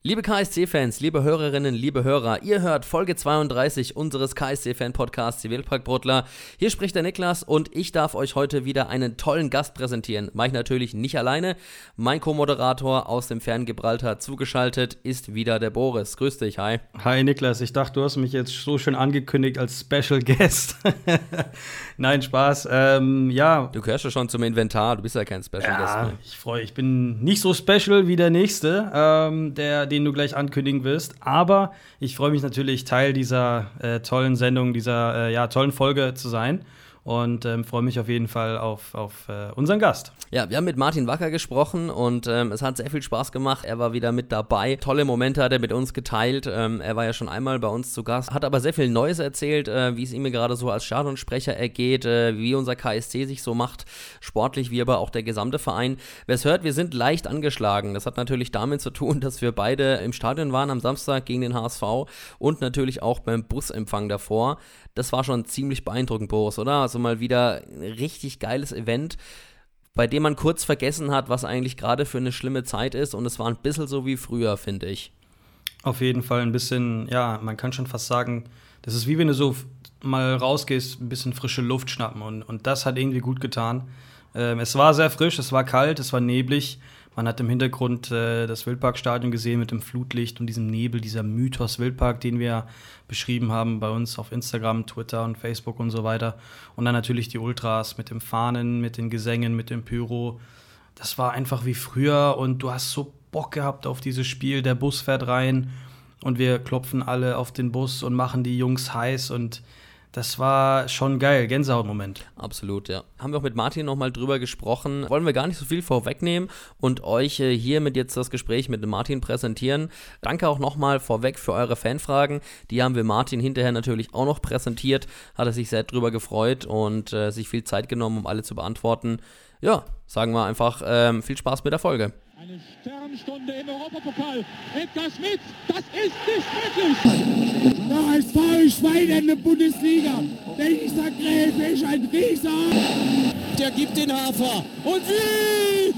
Liebe KSC-Fans, liebe Hörerinnen, liebe Hörer, ihr hört Folge 32 unseres KSC-Fan-Podcasts, die Wildpark-Bruttler. Hier spricht der Niklas und ich darf euch heute wieder einen tollen Gast präsentieren. Mache ich natürlich nicht alleine. Mein Co-Moderator aus dem fernen Gibraltar zugeschaltet ist wieder der Boris. Grüß dich, hi. Hi Niklas, ich dachte, du hast mich jetzt so schön angekündigt als Special Guest. Nein, Spaß. Ja. Du gehörst ja schon zum Inventar, du bist ja kein Special Guest mehr. Ich bin nicht so special wie der Nächste, den du gleich ankündigen wirst. Aber ich freue mich natürlich, Teil dieser tollen Sendung, dieser tollen Folge zu sein. Und freue mich auf jeden Fall auf unseren Gast. Ja, wir haben mit Martin Wacker gesprochen und es hat sehr viel Spaß gemacht. Er war wieder mit dabei. Tolle Momente hat er mit uns geteilt. Er war ja schon einmal bei uns zu Gast, hat aber sehr viel Neues erzählt, wie es ihm gerade so als Stadionsprecher ergeht, wie unser KSC sich so macht, sportlich wie aber auch der gesamte Verein. Wer es hört, wir sind leicht angeschlagen. Das hat natürlich damit zu tun, dass wir beide im Stadion waren am Samstag gegen den HSV und natürlich auch beim Busempfang davor. Das war schon ziemlich beeindruckend, Boris, oder? Also mal wieder ein richtig geiles Event, bei dem man kurz vergessen hat, was eigentlich gerade für eine schlimme Zeit ist. Und es war ein bisschen so wie früher, finde ich. Auf jeden Fall ein bisschen, ja, man kann schon fast sagen, das ist wie wenn du so mal rausgehst, ein bisschen frische Luft schnappen. Und das hat irgendwie gut getan. Es war sehr frisch, es war kalt, es war neblig. Man hat im Hintergrund das Wildparkstadion gesehen mit dem Flutlicht und diesem Nebel, dieser Mythos Wildpark, den wir beschrieben haben bei uns auf Instagram, Twitter und Facebook und so weiter. Und dann natürlich die Ultras mit den Fahnen, mit den Gesängen, mit dem Pyro. Das war einfach wie früher und du hast so Bock gehabt auf dieses Spiel. Der Bus fährt rein und wir klopfen alle auf den Bus und machen die Jungs heiß und das war schon geil, Gänsehautmoment. Absolut, ja. Haben wir auch mit Martin nochmal drüber gesprochen. Wollen wir gar nicht so viel vorwegnehmen und euch hiermit jetzt das Gespräch mit dem Martin präsentieren. Danke auch nochmal vorweg für eure Fanfragen. Die haben wir Martin hinterher natürlich auch noch präsentiert. Hat er sich sehr drüber gefreut und sich viel Zeit genommen, um alle zu beantworten. Ja, sagen wir einfach viel Spaß mit der Folge. Eine Sternstunde im Europapokal. Edgar Schmidt, das ist nicht möglich. Der HSV ist weiter in der Bundesliga. Dieser Gräfe ist ein Rieser. Der gibt den Hafer. Und wie?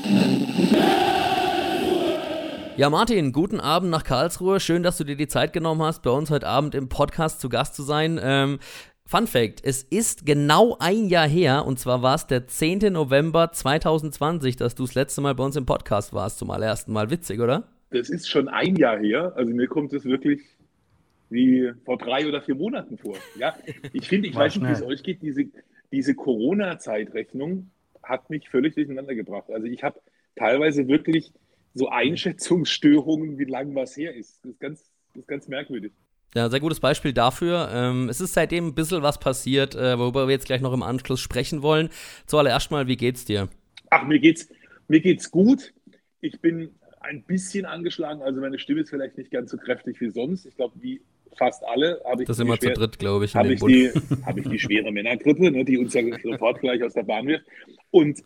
Ja, Martin, guten Abend nach Karlsruhe. Schön, dass du dir die Zeit genommen hast, bei uns heute Abend im Podcast zu Gast zu sein. Fun Fact, es ist genau ein Jahr her, und zwar war es der 10. November 2020, dass du das letzte Mal bei uns im Podcast warst, zum allerersten Mal. Witzig, oder? Das ist schon ein Jahr her, also mir kommt es wirklich wie vor 3 oder 4 Monaten vor. Ja, ich weiß nicht, wie es euch geht, diese Corona-Zeitrechnung hat mich völlig durcheinander gebracht. Also ich habe teilweise wirklich so Einschätzungsstörungen, wie lang was her ist. Das ist ganz merkwürdig. Ja, sehr gutes Beispiel dafür. Es ist seitdem ein bisschen was passiert, worüber wir jetzt gleich noch im Anschluss sprechen wollen. Zuallererst mal, wie geht's dir? Ach, mir geht's gut. Ich bin ein bisschen angeschlagen, also meine Stimme ist vielleicht nicht ganz so kräftig wie sonst. Ich glaube, wie fast alle habe ich das immer zu dritt, glaube ich. Habe ich die schwere Männergrippe, ne, die uns ja sofort gleich aus der Bahn wirft. Und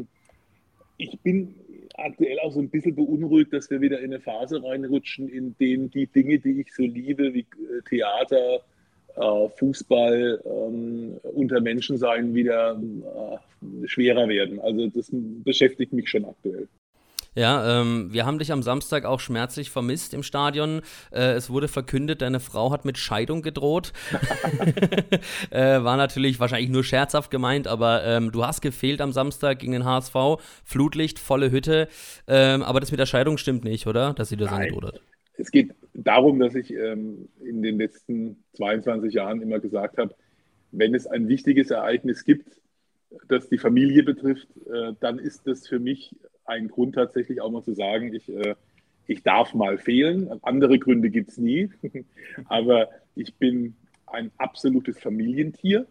ich bin aktuell auch so ein bisschen beunruhigt, dass wir wieder in eine Phase reinrutschen, in denen die Dinge, die ich so liebe, wie Theater, Fußball, unter Menschen sein, wieder schwerer werden. Also das beschäftigt mich schon aktuell. Ja, wir haben dich am Samstag auch schmerzlich vermisst im Stadion. Es wurde verkündet, deine Frau hat mit Scheidung gedroht. War natürlich wahrscheinlich nur scherzhaft gemeint, aber du hast gefehlt am Samstag gegen den HSV. Flutlicht, volle Hütte. Aber das mit der Scheidung stimmt nicht, oder? Dass sie das angedroht hat. Es geht darum, dass ich in den letzten 22 Jahren immer gesagt habe, wenn es ein wichtiges Ereignis gibt, das die Familie betrifft, dann ist das für mich ein Grund tatsächlich auch mal zu sagen, ich darf mal fehlen. Andere Gründe gibt es nie. Aber ich bin ein absolutes Familientier.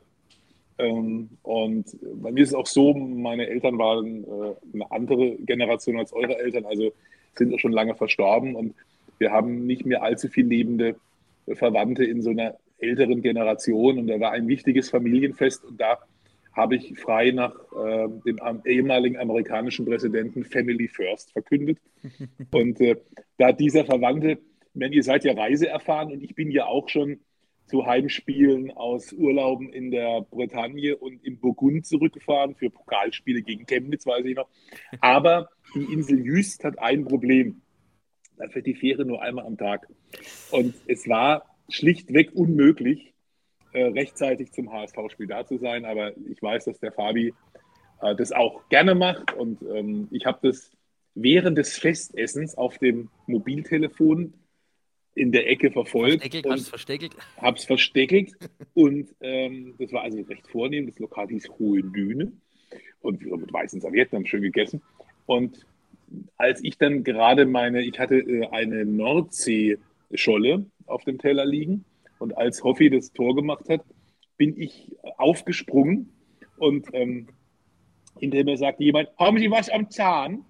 Und bei mir ist es auch so, meine Eltern waren eine andere Generation als eure Eltern, also sind auch schon lange verstorben. Und wir haben nicht mehr allzu viel lebende Verwandte in so einer älteren Generation. Und da war ein wichtiges Familienfest und da habe ich frei nach dem ehemaligen amerikanischen Präsidenten Family First verkündet. Und da dieser Verwandte, wenn ihr seid ja reiseerfahren und ich bin ja auch schon zu Heimspielen aus Urlauben in der Bretagne und im Burgund zurückgefahren, für Pokalspiele gegen Chemnitz, weiß ich noch. Aber die Insel Jüst hat ein Problem. dann fährt die Fähre nur einmal am Tag. Und es war schlichtweg unmöglich, rechtzeitig zum HSV-Spiel da zu sein. Aber ich weiß, dass der Fabi das auch gerne macht. Und ich habe das während des Festessens auf dem Mobiltelefon in der Ecke verfolgt. Habe es versteckelt. Und das war also recht vornehm. Das Lokal hieß Hohe Düne. Und wir mit weißen Servietten haben schön gegessen. Und als ich dann gerade ich hatte eine Nordsee-Scholle auf dem Teller liegen. Und als Hoffi das Tor gemacht hat, bin ich aufgesprungen. Und hinter mir sagte jemand, haben Sie was am Zahn?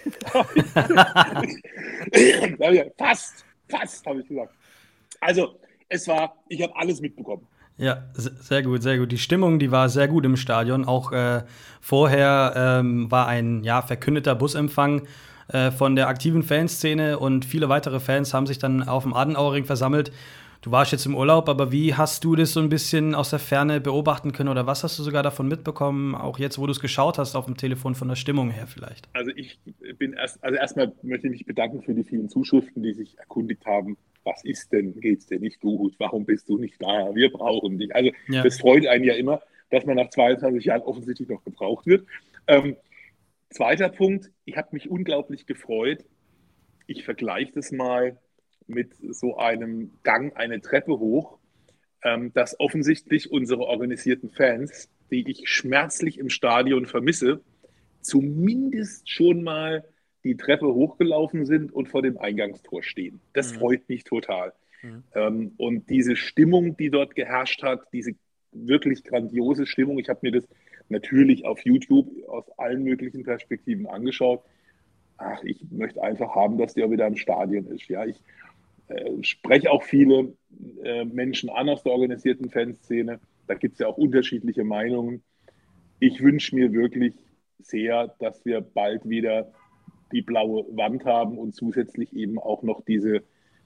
Fast, habe ich gesagt. Also, ich habe alles mitbekommen. Ja, sehr gut, sehr gut. Die Stimmung, die war sehr gut im Stadion. Auch vorher war ein verkündeter Busempfang von der aktiven Fanszene und viele weitere Fans haben sich dann auf dem Adenauerring versammelt. Du warst jetzt im Urlaub, aber wie hast du das so ein bisschen aus der Ferne beobachten können oder was hast du sogar davon mitbekommen, auch jetzt, wo du es geschaut hast auf dem Telefon von der Stimmung her vielleicht? Also erstmal möchte ich mich bedanken für die vielen Zuschriften, die sich erkundigt haben, was ist denn, geht's dir nicht gut, warum bist du nicht da, wir brauchen dich. Also Das freut einen ja immer, dass man nach 22 Jahren offensichtlich noch gebraucht wird. Zweiter Punkt, ich habe mich unglaublich gefreut, ich vergleiche das mal mit so einem Gang, eine Treppe hoch, dass offensichtlich unsere organisierten Fans, die ich schmerzlich im Stadion vermisse, zumindest schon mal die Treppe hochgelaufen sind und vor dem Eingangstor stehen. Das freut mich total. Und diese Stimmung, die dort geherrscht hat, diese wirklich grandiose Stimmung, ich habe mir das natürlich auf YouTube aus allen möglichen Perspektiven angeschaut. Ich möchte einfach haben, dass die auch wieder im Stadion ist. Ja, ich spreche auch viele Menschen an aus der organisierten Fanszene. Da gibt es ja auch unterschiedliche Meinungen. Ich wünsche mir wirklich sehr, dass wir bald wieder die blaue Wand haben und zusätzlich eben auch noch diese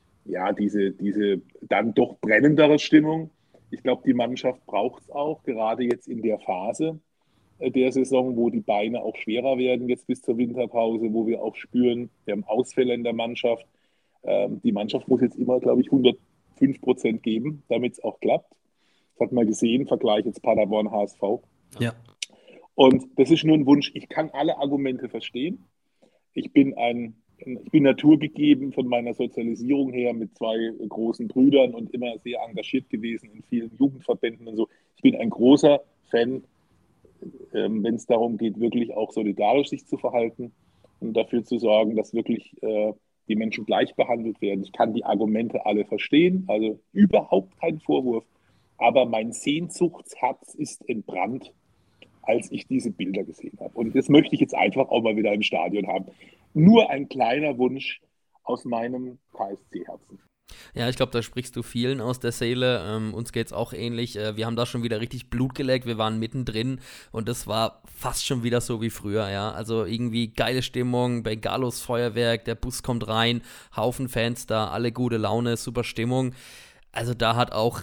dann doch brennendere Stimmung. Ich glaube, die Mannschaft braucht es auch, gerade jetzt in der Phase der Saison, wo die Beine auch schwerer werden, jetzt bis zur Winterpause, wo wir auch spüren, wir haben Ausfälle in der Mannschaft. Die Mannschaft muss jetzt immer, glaube ich, 105% geben, damit es auch klappt. Das hat man gesehen, Vergleich jetzt Paderborn, HSV. Ja. Und das ist nur ein Wunsch. Ich kann alle Argumente verstehen. Ich bin naturgegeben von meiner Sozialisierung her mit 2 großen Brüdern und immer sehr engagiert gewesen in vielen Jugendverbänden und so. Ich bin ein großer Fan, wenn es darum geht, wirklich auch solidarisch sich zu verhalten und dafür zu sorgen, dass wirklich die Menschen gleich behandelt werden. Ich kann die Argumente alle verstehen, also überhaupt kein Vorwurf. Aber mein Sehnsuchtsherz ist entbrannt, als ich diese Bilder gesehen habe. Und das möchte ich jetzt einfach auch mal wieder im Stadion haben. Nur ein kleiner Wunsch aus meinem KSC-Herzen. Ja, ich glaube, da sprichst du vielen aus der Seele. Uns geht's auch ähnlich. Wir haben da schon wieder richtig Blut geleckt. Wir waren mittendrin und das war fast schon wieder so wie früher, ja. Also irgendwie geile Stimmung, Bengalos Feuerwerk, der Bus kommt rein, Haufen Fans da, alle gute Laune, super Stimmung. Also da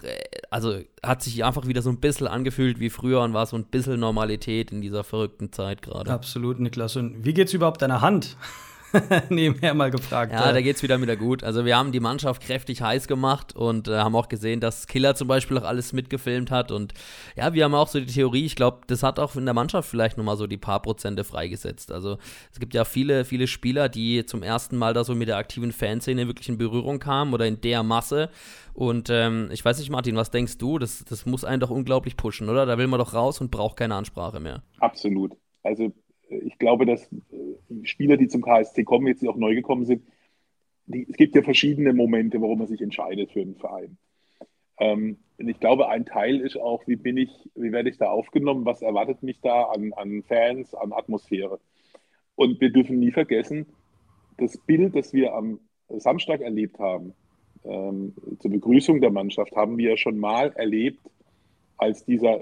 hat sich einfach wieder so ein bisschen angefühlt wie früher und war so ein bisschen Normalität in dieser verrückten Zeit gerade. Absolut, Niklas. Und wie geht's überhaupt deiner Hand? Nebenher mal gefragt. Ja, da geht's wieder gut. Also wir haben die Mannschaft kräftig heiß gemacht und haben auch gesehen, dass Killer zum Beispiel auch alles mitgefilmt hat und ja, wir haben auch so die Theorie, ich glaube, das hat auch in der Mannschaft vielleicht nochmal so die paar Prozente freigesetzt. Also es gibt ja viele, viele Spieler, die zum ersten Mal da so mit der aktiven Fanszene wirklich in Berührung kamen oder in der Masse und ich weiß nicht, Martin, was denkst du? Das muss einen doch unglaublich pushen, oder? Da will man doch raus und braucht keine Ansprache mehr. Absolut. Also ich glaube, dass Spieler, die zum KSC kommen, jetzt die auch neu gekommen sind, es gibt ja verschiedene Momente, warum man sich entscheidet für einen Verein. Und ich glaube, ein Teil ist auch, wie werde ich da aufgenommen, was erwartet mich da an Fans, an Atmosphäre. Und wir dürfen nie vergessen, das Bild, das wir am Samstag erlebt haben, zur Begrüßung der Mannschaft, haben wir ja schon mal erlebt, als dieser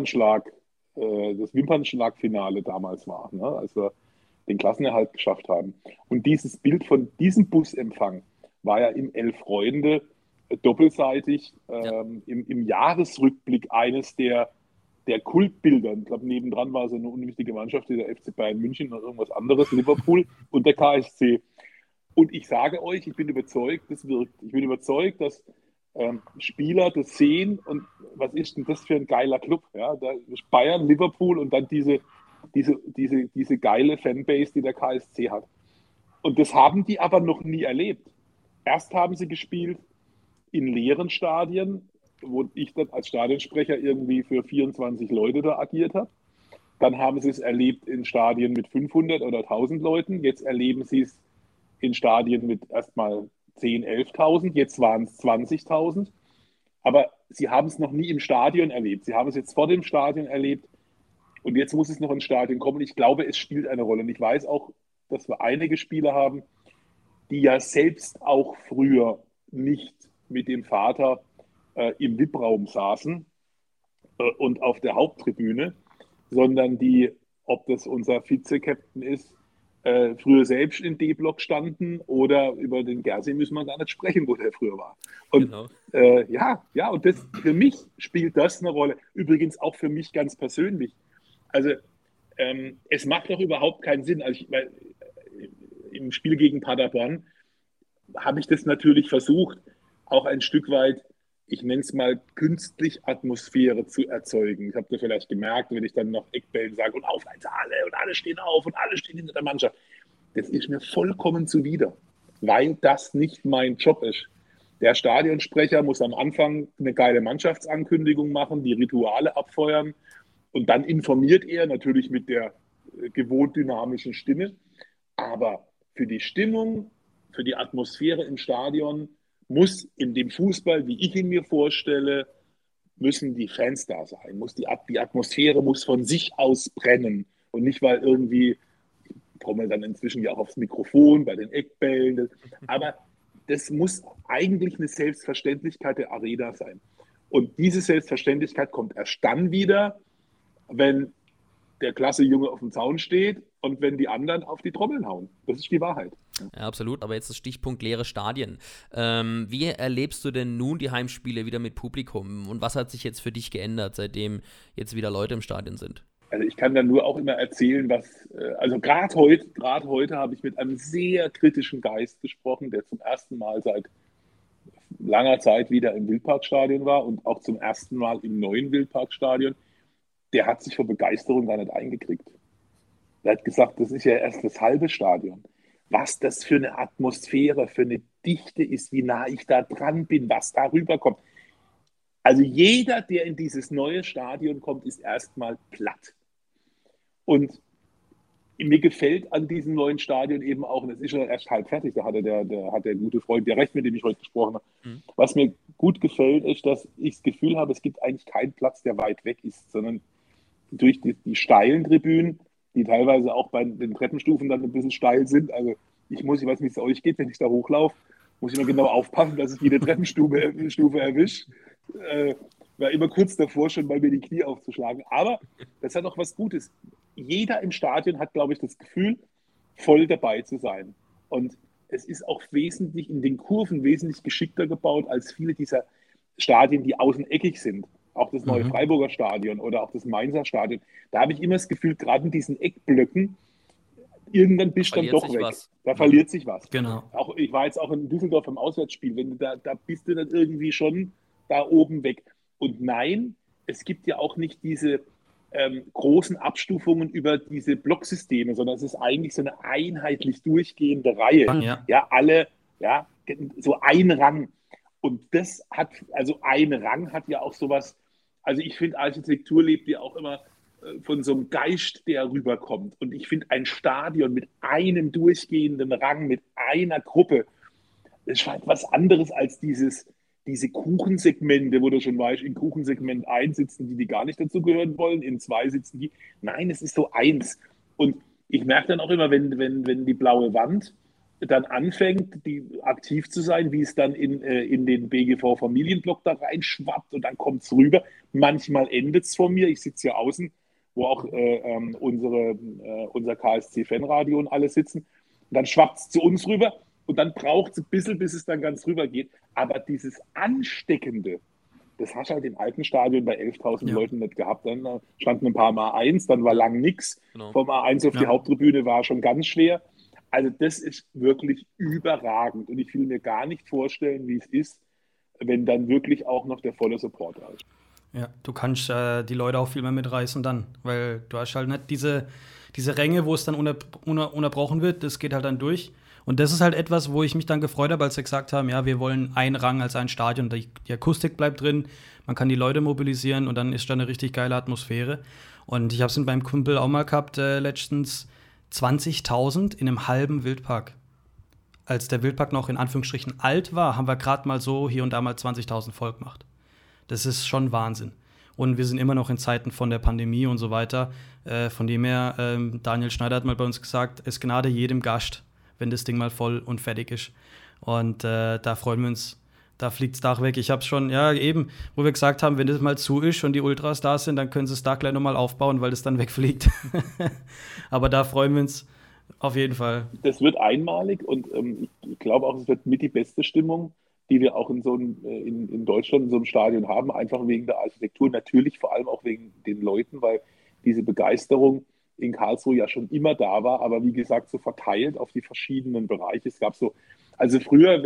das Wimpernschlagfinale damals war, ne? Als wir den Klassenerhalt geschafft haben. Und dieses Bild von diesem Busempfang war ja im Elf-Freunde doppelseitig im Jahresrückblick eines der Kultbilder. Ich glaube, nebendran war so eine unwichtige Mannschaft, der FC Bayern München oder irgendwas anderes, Liverpool und der KSC. Und ich sage euch, ich bin überzeugt, das wirkt. Ich bin überzeugt, dass Spieler das sehen und was ist denn das für ein geiler Club? Ja, da ist Bayern, Liverpool und dann diese geile Fanbase, die der KSC hat. Und das haben die aber noch nie erlebt. Erst haben sie gespielt in leeren Stadien, wo ich dann als Stadionsprecher irgendwie für 24 Leute da agiert habe. Dann haben sie es erlebt in Stadien mit 500 oder 1000 Leuten. Jetzt erleben sie es in Stadien mit erstmal 10.000, 11.000. Jetzt waren es 20.000. Aber sie haben es noch nie im Stadion erlebt. Sie haben es jetzt vor dem Stadion erlebt. Und jetzt muss es noch ins Stadion kommen. Ich glaube, es spielt eine Rolle. Und ich weiß auch, dass wir einige Spieler haben, die ja selbst auch früher nicht mit dem Vater im VIP-Raum saßen und auf der Haupttribüne, sondern die, ob das unser Vize-Captain ist, früher selbst in D-Block standen oder über den Gersi müssen wir gar nicht sprechen, wo der früher war. Und Genau. ja, und das, für mich spielt das eine Rolle. Übrigens auch für mich ganz persönlich. Also es macht doch überhaupt keinen Sinn. Also weil, im Spiel gegen Paderborn habe ich das natürlich versucht, auch ein Stück weit, ich nenne es mal, künstlich Atmosphäre zu erzeugen. Ich habe das vielleicht gemerkt, wenn ich dann noch Eckbällen sage und auf eins alle und alle stehen auf und alle stehen hinter der Mannschaft. Das ist mir vollkommen zuwider, weil das nicht mein Job ist. Der Stadionsprecher muss am Anfang eine geile Mannschaftsankündigung machen, die Rituale abfeuern und dann informiert er natürlich mit der gewohnt dynamischen Stimme. Aber für die Stimmung, für die Atmosphäre im Stadion muss in dem Fußball, wie ich ihn mir vorstelle, müssen die Fans da sein. Die Atmosphäre muss von sich aus brennen und nicht, weil irgendwie, ich komme dann inzwischen ja auch aufs Mikrofon bei den Eckbällen, aber das muss eigentlich eine Selbstverständlichkeit der Arena sein. Und diese Selbstverständlichkeit kommt erst dann wieder, wenn der klasse Junge auf dem Zaun steht und wenn die anderen auf die Trommeln hauen. Das ist die Wahrheit. Ja, absolut, aber jetzt das Stichpunkt leere Stadien. Wie erlebst du denn nun die Heimspiele wieder mit Publikum und was hat sich jetzt für dich geändert, seitdem jetzt wieder Leute im Stadion sind? Also ich kann dann nur auch immer erzählen, also gerade heute habe ich mit einem sehr kritischen Geist gesprochen, der zum ersten Mal seit langer Zeit wieder im Wildparkstadion war und auch zum ersten Mal im neuen Wildparkstadion. Der hat sich vor Begeisterung gar nicht eingekriegt. Der hat gesagt, das ist ja erst das halbe Stadion. Was das für eine Atmosphäre, für eine Dichte ist, wie nah ich da dran bin, was da rüberkommt. Also jeder, der in dieses neue Stadion kommt, ist erstmal platt. Und mir gefällt an diesem neuen Stadion eben auch, und es ist schon erst halb fertig, da hat der gute Freund, der recht, mit dem ich heute gesprochen habe. Was mir gut gefällt, ist, dass ich das Gefühl habe, es gibt eigentlich keinen Platz, der weit weg ist, sondern durch die steilen Tribünen, die teilweise auch bei den Treppenstufen dann ein bisschen steil sind. Also ich weiß nicht, wie es euch geht, wenn ich da hochlaufe, muss ich immer genau aufpassen, dass ich jede Treppenstufe erwische. War immer kurz davor, schon mal mir die Knie aufzuschlagen. Aber das hat auch was Gutes. Jeder im Stadion hat, glaube ich, das Gefühl, voll dabei zu sein. Und es ist auch wesentlich in den Kurven wesentlich geschickter gebaut als viele dieser Stadien, die außeneckig sind. Auch das neue Freiburger Stadion oder auch das Mainzer Stadion. Da habe ich immer das Gefühl, gerade in diesen Eckblöcken, irgendwann bist du dann doch weg. Da verliert sich was. Genau. Ich war jetzt auch in Düsseldorf im Auswärtsspiel. Da bist du dann irgendwie schon da oben weg. Und nein, es gibt ja auch nicht diese großen Abstufungen über diese Blocksysteme, sondern es ist eigentlich so eine einheitlich durchgehende Reihe. Ja. So ein Rang. Und das hat, also ein Rang hat ja auch sowas, also ich finde, Architektur lebt ja auch immer von so einem Geist, der rüberkommt. Und ich finde, ein Stadion mit einem durchgehenden Rang, mit einer Gruppe, das scheint was anderes als diese Kuchensegmente, wo du schon weißt, in Kuchensegment 1 sitzen die gar nicht dazugehören wollen, in 2 sitzen die. Nein, es ist so eins. Und ich merke dann auch immer, wenn die blaue Wand dann anfängt, die aktiv zu sein, wie es dann in den BGV-Familienblock da reinschwappt und dann kommt es rüber. Manchmal endet es vor mir. Ich sitze ja außen, wo auch unser KSC-Fanradio und alle sitzen. Und dann schwappt es zu uns rüber. Und dann braucht es ein bisschen, bis es dann ganz rüber geht. Aber dieses Ansteckende, das hast du halt im alten Stadion bei 11.000 Leuten nicht gehabt. Dann standen ein paar Mal A1, dann war lang nichts. Genau. Vom A1 auf die Haupttribüne war schon ganz schwer. Also das ist wirklich überragend und ich will mir gar nicht vorstellen, wie es ist, wenn dann wirklich auch noch der volle Support da ist. Ja, du kannst die Leute auch viel mehr mitreißen dann, weil du hast halt nicht diese Ränge, wo es dann unterbrochen wird, das geht halt dann durch. Und das ist halt etwas, wo ich mich dann gefreut habe, als wir gesagt haben, ja, wir wollen einen Rang als ein Stadion, die Akustik bleibt drin, man kann die Leute mobilisieren und dann ist da eine richtig geile Atmosphäre. Und ich habe es mit meinem Kumpel auch mal gehabt, letztens 20.000 in einem halben Wildpark. Als der Wildpark noch in Anführungsstrichen alt war, haben wir gerade mal so hier und da mal 20.000 voll gemacht. Das ist schon Wahnsinn. Und wir sind immer noch in Zeiten von der Pandemie und so weiter. Von dem her, Daniel Schneider hat mal bei uns gesagt, es Gnade jedem Gast, wenn das Ding mal voll und fertig ist. Und da freuen wir uns, da fliegt das Dach weg. Ich habe es schon, ja eben, wo wir gesagt haben, wenn das mal zu ist und die Ultras da sind, dann können sie das Dach gleich nochmal aufbauen, weil das dann wegfliegt. Aber da freuen wir uns auf jeden Fall. Das wird einmalig und ich glaube auch, es wird mit die beste Stimmung, die wir auch in Deutschland in so einem Stadion haben, einfach wegen der Architektur, natürlich vor allem auch wegen den Leuten, weil diese Begeisterung in Karlsruhe ja schon immer da war, aber wie gesagt, so verteilt auf die verschiedenen Bereiche. Es gab so, also früher,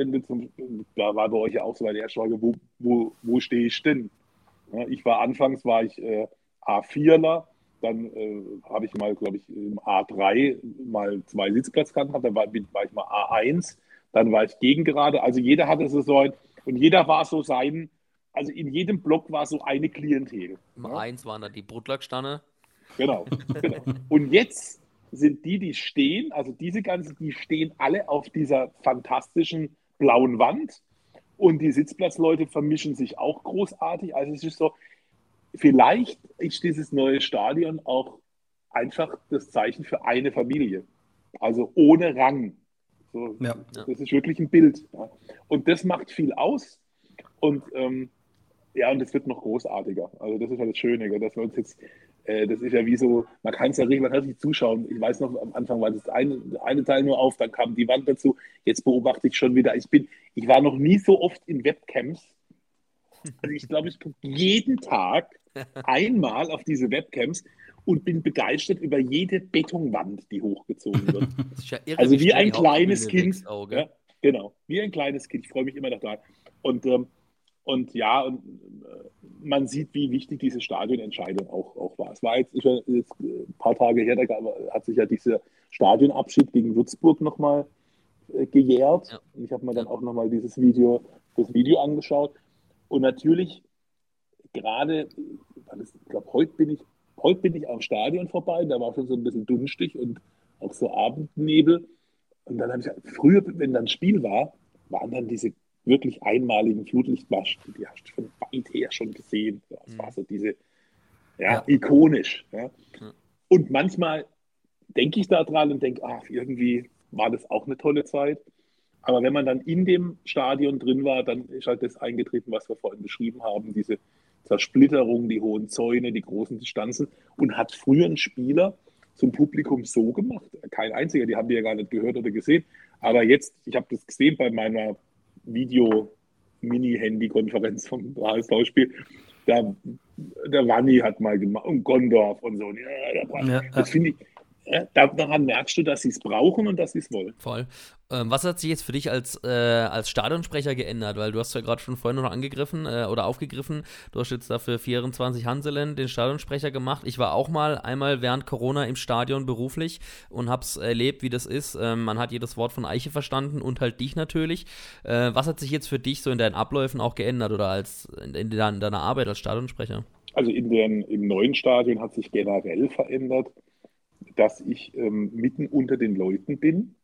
da war bei euch ja auch so bei der ersten Frage, wo stehe ich denn? Ja, anfangs war ich A4ler, dann habe ich mal, glaube ich, im A3 mal 2 Sitzplatzkanten gehabt, dann war ich mal A1, dann war ich gegengerade. Also jeder hatte so und jeder war so also in jedem Block war so eine Klientel. Im A1 waren da die Brotlackstanne. Genau. Und jetzt sind die stehen, also die stehen alle auf dieser fantastischen blauen Wand und die Sitzplatzleute vermischen sich auch großartig. Also es ist so, vielleicht ist dieses neue Stadion auch einfach das Zeichen für eine Familie. Also ohne Rang. So, ja. Das ist wirklich ein Bild. Ja. Und das macht viel aus. Und und es wird noch großartiger. Also das ist ja das Schöne, dass wir uns jetzt, das ist ja wie so, man kann es ja richtig zuschauen. Ich weiß noch, am Anfang war das eine Teil nur auf, dann kam die Wand dazu. Jetzt beobachte ich schon wieder. Ich war noch nie so oft in Webcams. Also ich glaube, ich gucke jeden Tag einmal auf diese Webcams und bin begeistert über jede Betonwand, die hochgezogen wird. Das ist ja irre, also wie ein kleines Kind. Ja, genau, wie ein kleines Kind. Ich freue mich immer noch da. Und man sieht, wie wichtig diese Stadionentscheidung auch war. Es war jetzt ein paar Tage her, da hat sich ja dieser Stadionabschied gegen Würzburg nochmal gejährt. Ja. Und ich habe mir dann auch nochmal das Video angeschaut. Und natürlich, gerade, ich glaube, heute bin ich am Stadion vorbei, da war schon so ein bisschen dunstig und auch so Abendnebel. Und dann habe ich früher, wenn dann Spiel war, waren dann diese wirklich einmaligen Flutlichtmasten, die hast du von weit her schon gesehen. Das war so diese, ikonisch. Ja. Und manchmal denke ich da dran und denke, irgendwie war das auch eine tolle Zeit. Aber wenn man dann in dem Stadion drin war, dann ist halt das eingetreten, was wir vorhin beschrieben haben, diese Zersplitterung, die hohen Zäune, die großen Distanzen. Und hat früher ein Spieler zum Publikum so gemacht, kein einziger, die haben die ja gar nicht gehört oder gesehen. Aber jetzt, ich habe das gesehen bei meiner Video-Mini-Handy-Konferenz vom HSV-Spiel, der Wanni hat mal gemacht und Gondorf und so. Das finde ich, daran merkst du, dass sie es brauchen und dass sie es wollen. Voll. Was hat sich jetzt für dich als Stadionsprecher geändert? Weil du hast ja gerade schon vorhin noch aufgegriffen, du hast jetzt dafür 24 Hanselen den Stadionsprecher gemacht. Ich war auch einmal während Corona im Stadion beruflich und hab's erlebt, wie das ist. Man hat jedes Wort von Eiche verstanden und halt dich natürlich. Was hat sich jetzt für dich so in deinen Abläufen auch geändert oder in deiner Arbeit als Stadionsprecher? Also im neuen Stadion hat sich generell verändert, dass ich mitten unter den Leuten bin.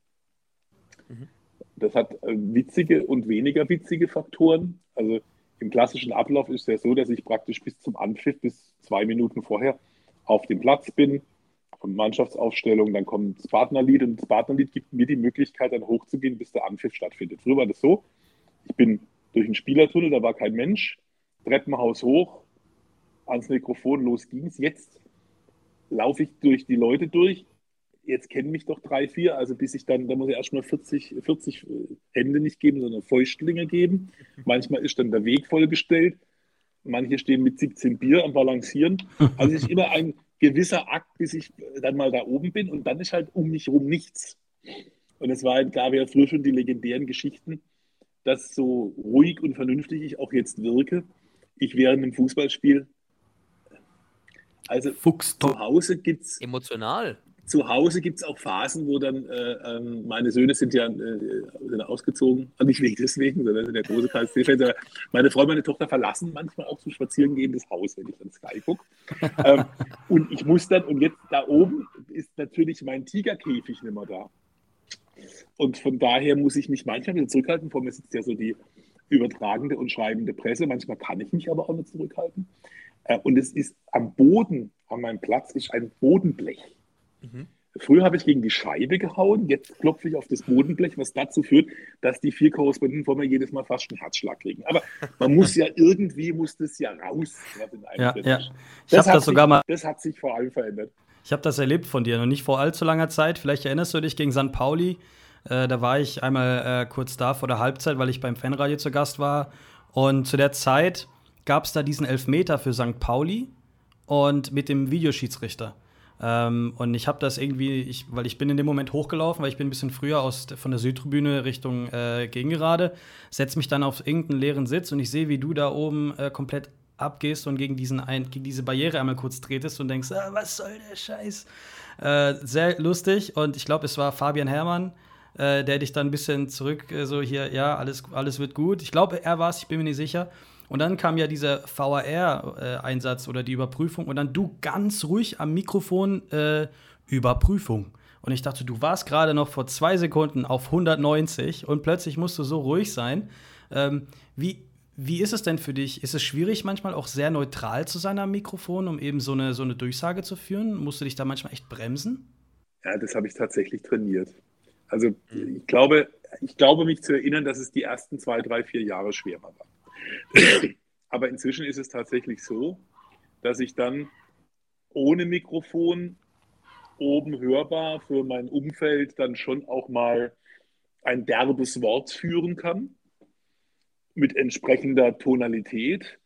Das hat witzige und weniger witzige Faktoren. Also im klassischen Ablauf ist es ja so, dass ich praktisch bis zum Anpfiff, bis 2 Minuten vorher auf dem Platz bin, von Mannschaftsaufstellung, dann kommt das Partnerlied und das Partnerlied gibt mir die Möglichkeit, dann hochzugehen, bis der Anpfiff stattfindet. Früher war das so, ich bin durch einen Spielertunnel, da war kein Mensch, Treppenhaus hoch, ans Mikrofon, los ging's. Jetzt laufe ich durch die Leute durch. Jetzt kennen mich doch 3, 4, also bis ich dann, da muss ich erstmal 40 Hände nicht geben, sondern Fäustlinge geben. Manchmal ist dann der Weg vollgestellt. Manche stehen mit 17 Bier am Balancieren. Also es ist immer ein gewisser Akt, bis ich dann mal da oben bin und dann ist halt um mich herum nichts. Und gab ja früher schon die legendären Geschichten, dass so ruhig und vernünftig ich auch jetzt wirke, ich während einem Fußballspiel, also Fuchstor. Emotional. Zu Hause gibt es auch Phasen, wo dann meine Söhne sind ausgezogen, also nicht wegen deswegen, sondern sind der große KSC-Fans. Meine Frau und meine Tochter verlassen manchmal auch zum Spazieren das Haus, wenn ich dann Sky gucke. Und ich muss dann, und jetzt da oben ist natürlich mein Tigerkäfig nicht mehr da. Und von daher muss ich mich manchmal wieder zurückhalten. Vor mir sitzt ja so die übertragende und schreibende Presse. Manchmal kann ich mich aber auch nicht zurückhalten. Und es ist am Boden, an meinem Platz, ist ein Bodenblech. Mhm. Früher habe ich gegen die Scheibe gehauen, jetzt klopfe ich auf das Bodenblech, was dazu führt, dass die 4 Korrespondenten vor mir jedes Mal fast einen Herzschlag kriegen. Aber man muss ja irgendwie, das ja raus. Ja. Das hat sich vor allem verändert. Ich habe das erlebt von dir, noch nicht vor allzu langer Zeit. Vielleicht erinnerst du dich gegen St. Pauli. Da war ich einmal kurz da vor der Halbzeit, weil ich beim Fanradio zu Gast war. Und zu der Zeit gab es da diesen Elfmeter für St. Pauli und mit dem Videoschiedsrichter. Und ich habe das irgendwie, weil ich bin in dem Moment hochgelaufen, weil ich bin ein bisschen früher von der Südtribüne Richtung Gegengerade, setze mich dann auf irgendeinen leeren Sitz und ich sehe, wie du da oben komplett abgehst und gegen diese Barriere einmal kurz tretest und denkst, was soll der Scheiß? Sehr lustig und ich glaube, es war Fabian Herrmann, der dich dann ein bisschen zurück, so hier, ja, alles wird gut. Ich glaube, er war es, ich bin mir nicht sicher. Und dann kam ja dieser VAR-Einsatz oder die Überprüfung und dann du ganz ruhig am Mikrofon Überprüfung. Und ich dachte, du warst gerade noch vor 2 Sekunden auf 190 und plötzlich musst du so ruhig sein. Wie ist es denn für dich? Ist es schwierig, manchmal auch sehr neutral zu sein am Mikrofon, um eben so eine Durchsage zu führen? Musst du dich da manchmal echt bremsen? Ja, das habe ich tatsächlich trainiert. Also ich glaube, mich zu erinnern, dass es die ersten 2, 3, 4 Jahre schwerer war. Aber inzwischen ist es tatsächlich so, dass ich dann ohne Mikrofon oben hörbar für mein Umfeld dann schon auch mal ein derbes Wort führen kann. Mit entsprechender Tonalität.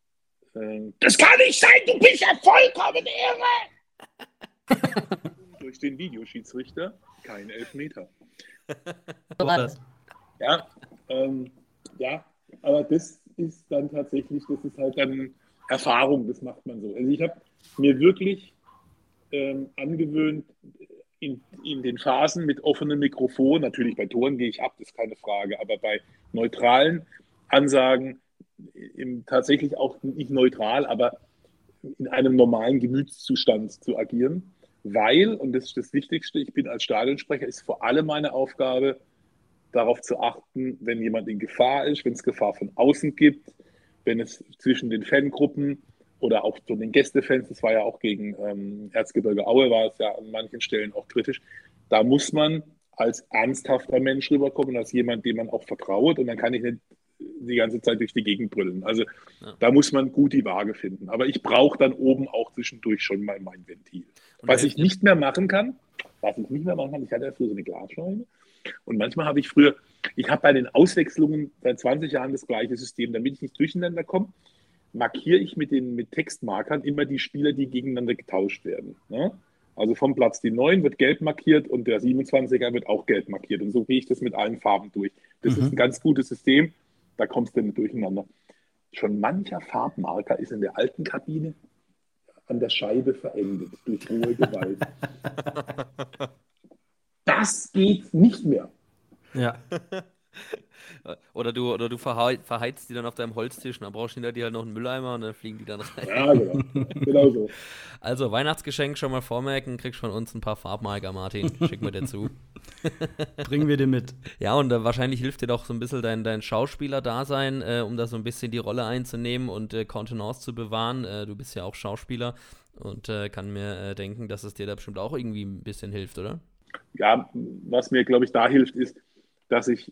Das kann nicht sein, du bist ja vollkommen irre! Durch den Videoschiedsrichter kein Elfmeter. Ja, aber das ist dann tatsächlich, das ist halt dann Erfahrung, das macht man so. Also ich habe mir wirklich angewöhnt, in den Phasen mit offenem Mikrofon, natürlich bei Toren gehe ich ab, das ist keine Frage, aber bei neutralen Ansagen tatsächlich auch nicht neutral, aber in einem normalen Gemütszustand zu agieren, weil, und das ist das Wichtigste, ich bin als Stadionsprecher, ist vor allem meine Aufgabe, darauf zu achten, wenn jemand in Gefahr ist, wenn es Gefahr von außen gibt, wenn es zwischen den Fangruppen oder auch von den Gästefans, das war ja auch gegen Erzgebirge Aue, war es ja an manchen Stellen auch kritisch, da muss man als ernsthafter Mensch rüberkommen, als jemand, dem man auch vertraut, und dann kann ich nicht die ganze Zeit durch die Gegend brüllen. Also da muss man gut die Waage finden. Aber ich brauche dann oben auch zwischendurch schon mal mein Ventil. Was ich nicht mehr machen kann, ich hatte ja früher so eine Glasscheibe, und manchmal habe ich bei den Auswechslungen seit 20 Jahren das gleiche System, damit ich nicht durcheinander komme, markiere ich mit Textmarkern immer die Spieler, die gegeneinander getauscht werden. Ne? Also vom Platz die 9 wird gelb markiert und der 27er wird auch gelb markiert. Und so gehe ich das mit allen Farben durch. Das ist ein ganz gutes System, da kommst du nicht durcheinander. Schon mancher Farbmarker ist in der alten Kabine an der Scheibe verendet durch rohe Gewalt. Das geht nicht mehr. Ja. Oder du verheizt die dann auf deinem Holztisch und dann brauchst du hinter dir halt noch einen Mülleimer und dann fliegen die dann rein. Ja, genau so. Also Weihnachtsgeschenk schon mal vormerken, kriegst von uns ein paar Farbmarker, Martin. Schick mir dazu. Bringen wir dir mit. Ja, und wahrscheinlich hilft dir doch so ein bisschen dein Schauspieler-Dasein, um da so ein bisschen die Rolle einzunehmen und Kontenance zu bewahren. Du bist ja auch Schauspieler und kann mir denken, dass es dir da bestimmt auch irgendwie ein bisschen hilft, oder? Ja, was mir, glaube ich, da hilft, ist, dass ich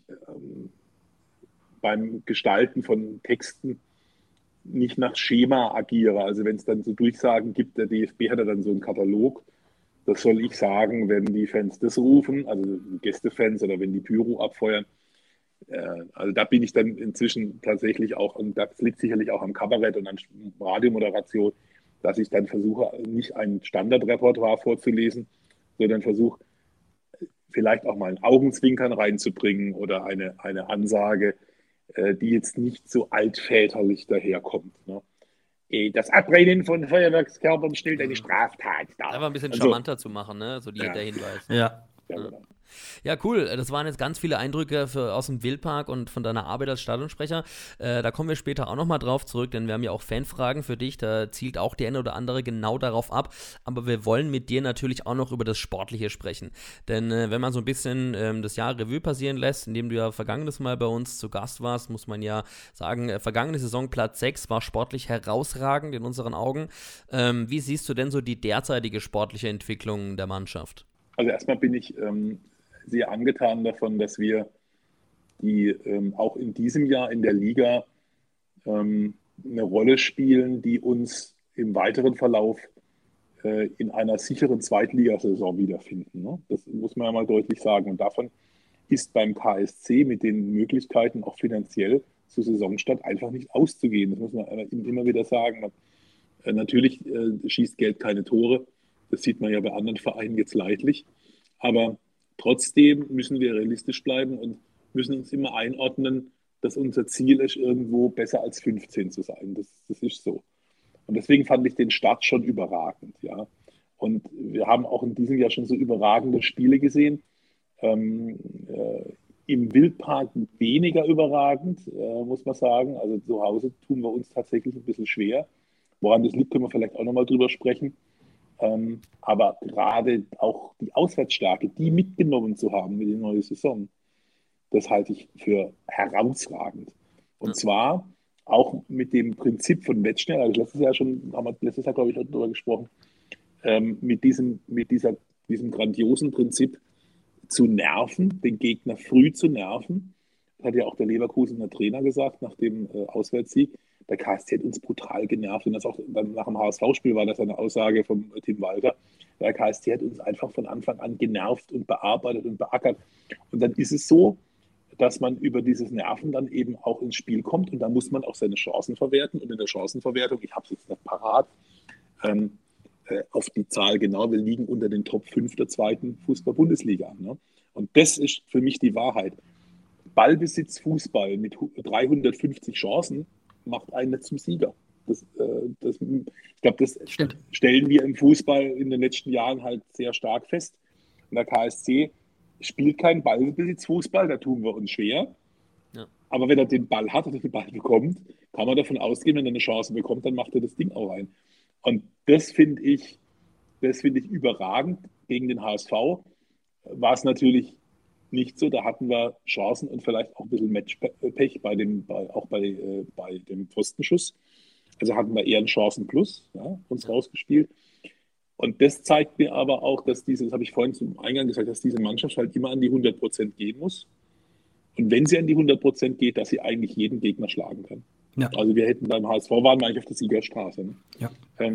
beim Gestalten von Texten nicht nach Schema agiere. Also wenn es dann so Durchsagen gibt, der DFB hat ja dann so einen Katalog, das soll ich sagen, wenn die Fans das rufen, also die Gästefans, oder wenn die Pyro abfeuern. Also da bin ich dann inzwischen tatsächlich auch, und das liegt sicherlich auch am Kabarett und an Radiomoderation, dass ich dann versuche, nicht ein Standardrepertoire vorzulesen, sondern versuche, vielleicht auch mal ein Augenzwinkern reinzubringen oder eine Ansage, die jetzt nicht so altväterlich daherkommt. Ne? Das Abbrennen von Feuerwerkskörpern stellt eine Straftat dar. Einfach ein bisschen charmanter zu machen, ne? So der Hinweis. Ja. Genau. Ja, cool. Das waren jetzt ganz viele Eindrücke aus dem Wildpark und von deiner Arbeit als Stadionsprecher. Da kommen wir später auch nochmal drauf zurück, denn wir haben ja auch Fanfragen für dich. Da zielt auch die eine oder andere genau darauf ab. Aber wir wollen mit dir natürlich auch noch über das Sportliche sprechen. Denn wenn man so ein bisschen das Jahr Revue passieren lässt, indem du ja vergangenes Mal bei uns zu Gast warst, muss man ja sagen, vergangene Saison Platz 6 war sportlich herausragend in unseren Augen. Wie siehst du denn so die derzeitige sportliche Entwicklung der Mannschaft? Also erstmal bin ich sehr angetan davon, dass wir die auch in diesem Jahr in der Liga eine Rolle spielen, die uns im weiteren Verlauf in einer sicheren Zweitligasaison wiederfinden. Ne? Das muss man ja mal deutlich sagen. Und davon ist beim KSC mit den Möglichkeiten auch finanziell zur Saisonstart einfach nicht auszugehen. Das muss man immer wieder sagen. Natürlich schießt Geld keine Tore. Das sieht man ja bei anderen Vereinen jetzt leidlich. Aber trotzdem müssen wir realistisch bleiben und müssen uns immer einordnen, dass unser Ziel ist, irgendwo besser als 15 zu sein. Das ist so. Und deswegen fand ich den Start schon überragend. Ja. Und wir haben auch in diesem Jahr schon so überragende Spiele gesehen. Im Wildpark weniger überragend, muss man sagen. Also zu Hause tun wir uns tatsächlich ein bisschen schwer. Woran das liegt, können wir vielleicht auch nochmal drüber sprechen. Aber gerade auch die Auswärtsstärke, die mitgenommen zu haben mit der neuen Saison, das halte ich für herausragend. Und zwar auch mit dem Prinzip von Wettschnell, also letztes Jahr, glaube ich, darüber gesprochen, mit diesem grandiosen Prinzip zu nerven, den Gegner früh zu nerven. Das hat ja auch der Leverkusener Trainer gesagt nach dem Auswärtssieg. Der KSC hat uns brutal genervt und das auch dann nach dem HSV-Spiel war das eine Aussage vom Tim Walter. Der KSC hat uns einfach von Anfang an genervt und bearbeitet und beackert. Und dann ist es so, dass man über dieses Nerven dann eben auch ins Spiel kommt und da muss man auch seine Chancen verwerten. Und in der Chancenverwertung, ich habe es jetzt nicht parat, auf die Zahl genau, wir liegen unter den Top 5 der zweiten Fußball-Bundesliga. Ne? Und das ist für mich die Wahrheit. Ballbesitz, Fußball mit 350 Chancen macht einen nicht zum Sieger. Ich glaube, das stellen wir im Fußball in den letzten Jahren halt sehr stark fest. Und der KSC spielt keinen Ballbesitzfußball, da tun wir uns schwer. Ja. Aber wenn er den Ball hat oder den Ball bekommt, kann man davon ausgehen, wenn er eine Chance bekommt, dann macht er das Ding auch rein. Und das finde ich überragend. Gegen den HSV war es natürlich nicht so. Da hatten wir Chancen und vielleicht auch ein bisschen Matchpech bei dem Pfostenschuss. Also hatten wir eher einen Chancenplus, ja, uns rausgespielt. Und das zeigt mir aber auch, dass das habe ich vorhin zum Eingang gesagt, dass diese Mannschaft halt immer an die 100% gehen muss. Und wenn sie an die 100% geht, dass sie eigentlich jeden Gegner schlagen kann. Ja. Also wir hätten beim HSV waren wir eigentlich auf der Siegerstraße. Ne? Ja.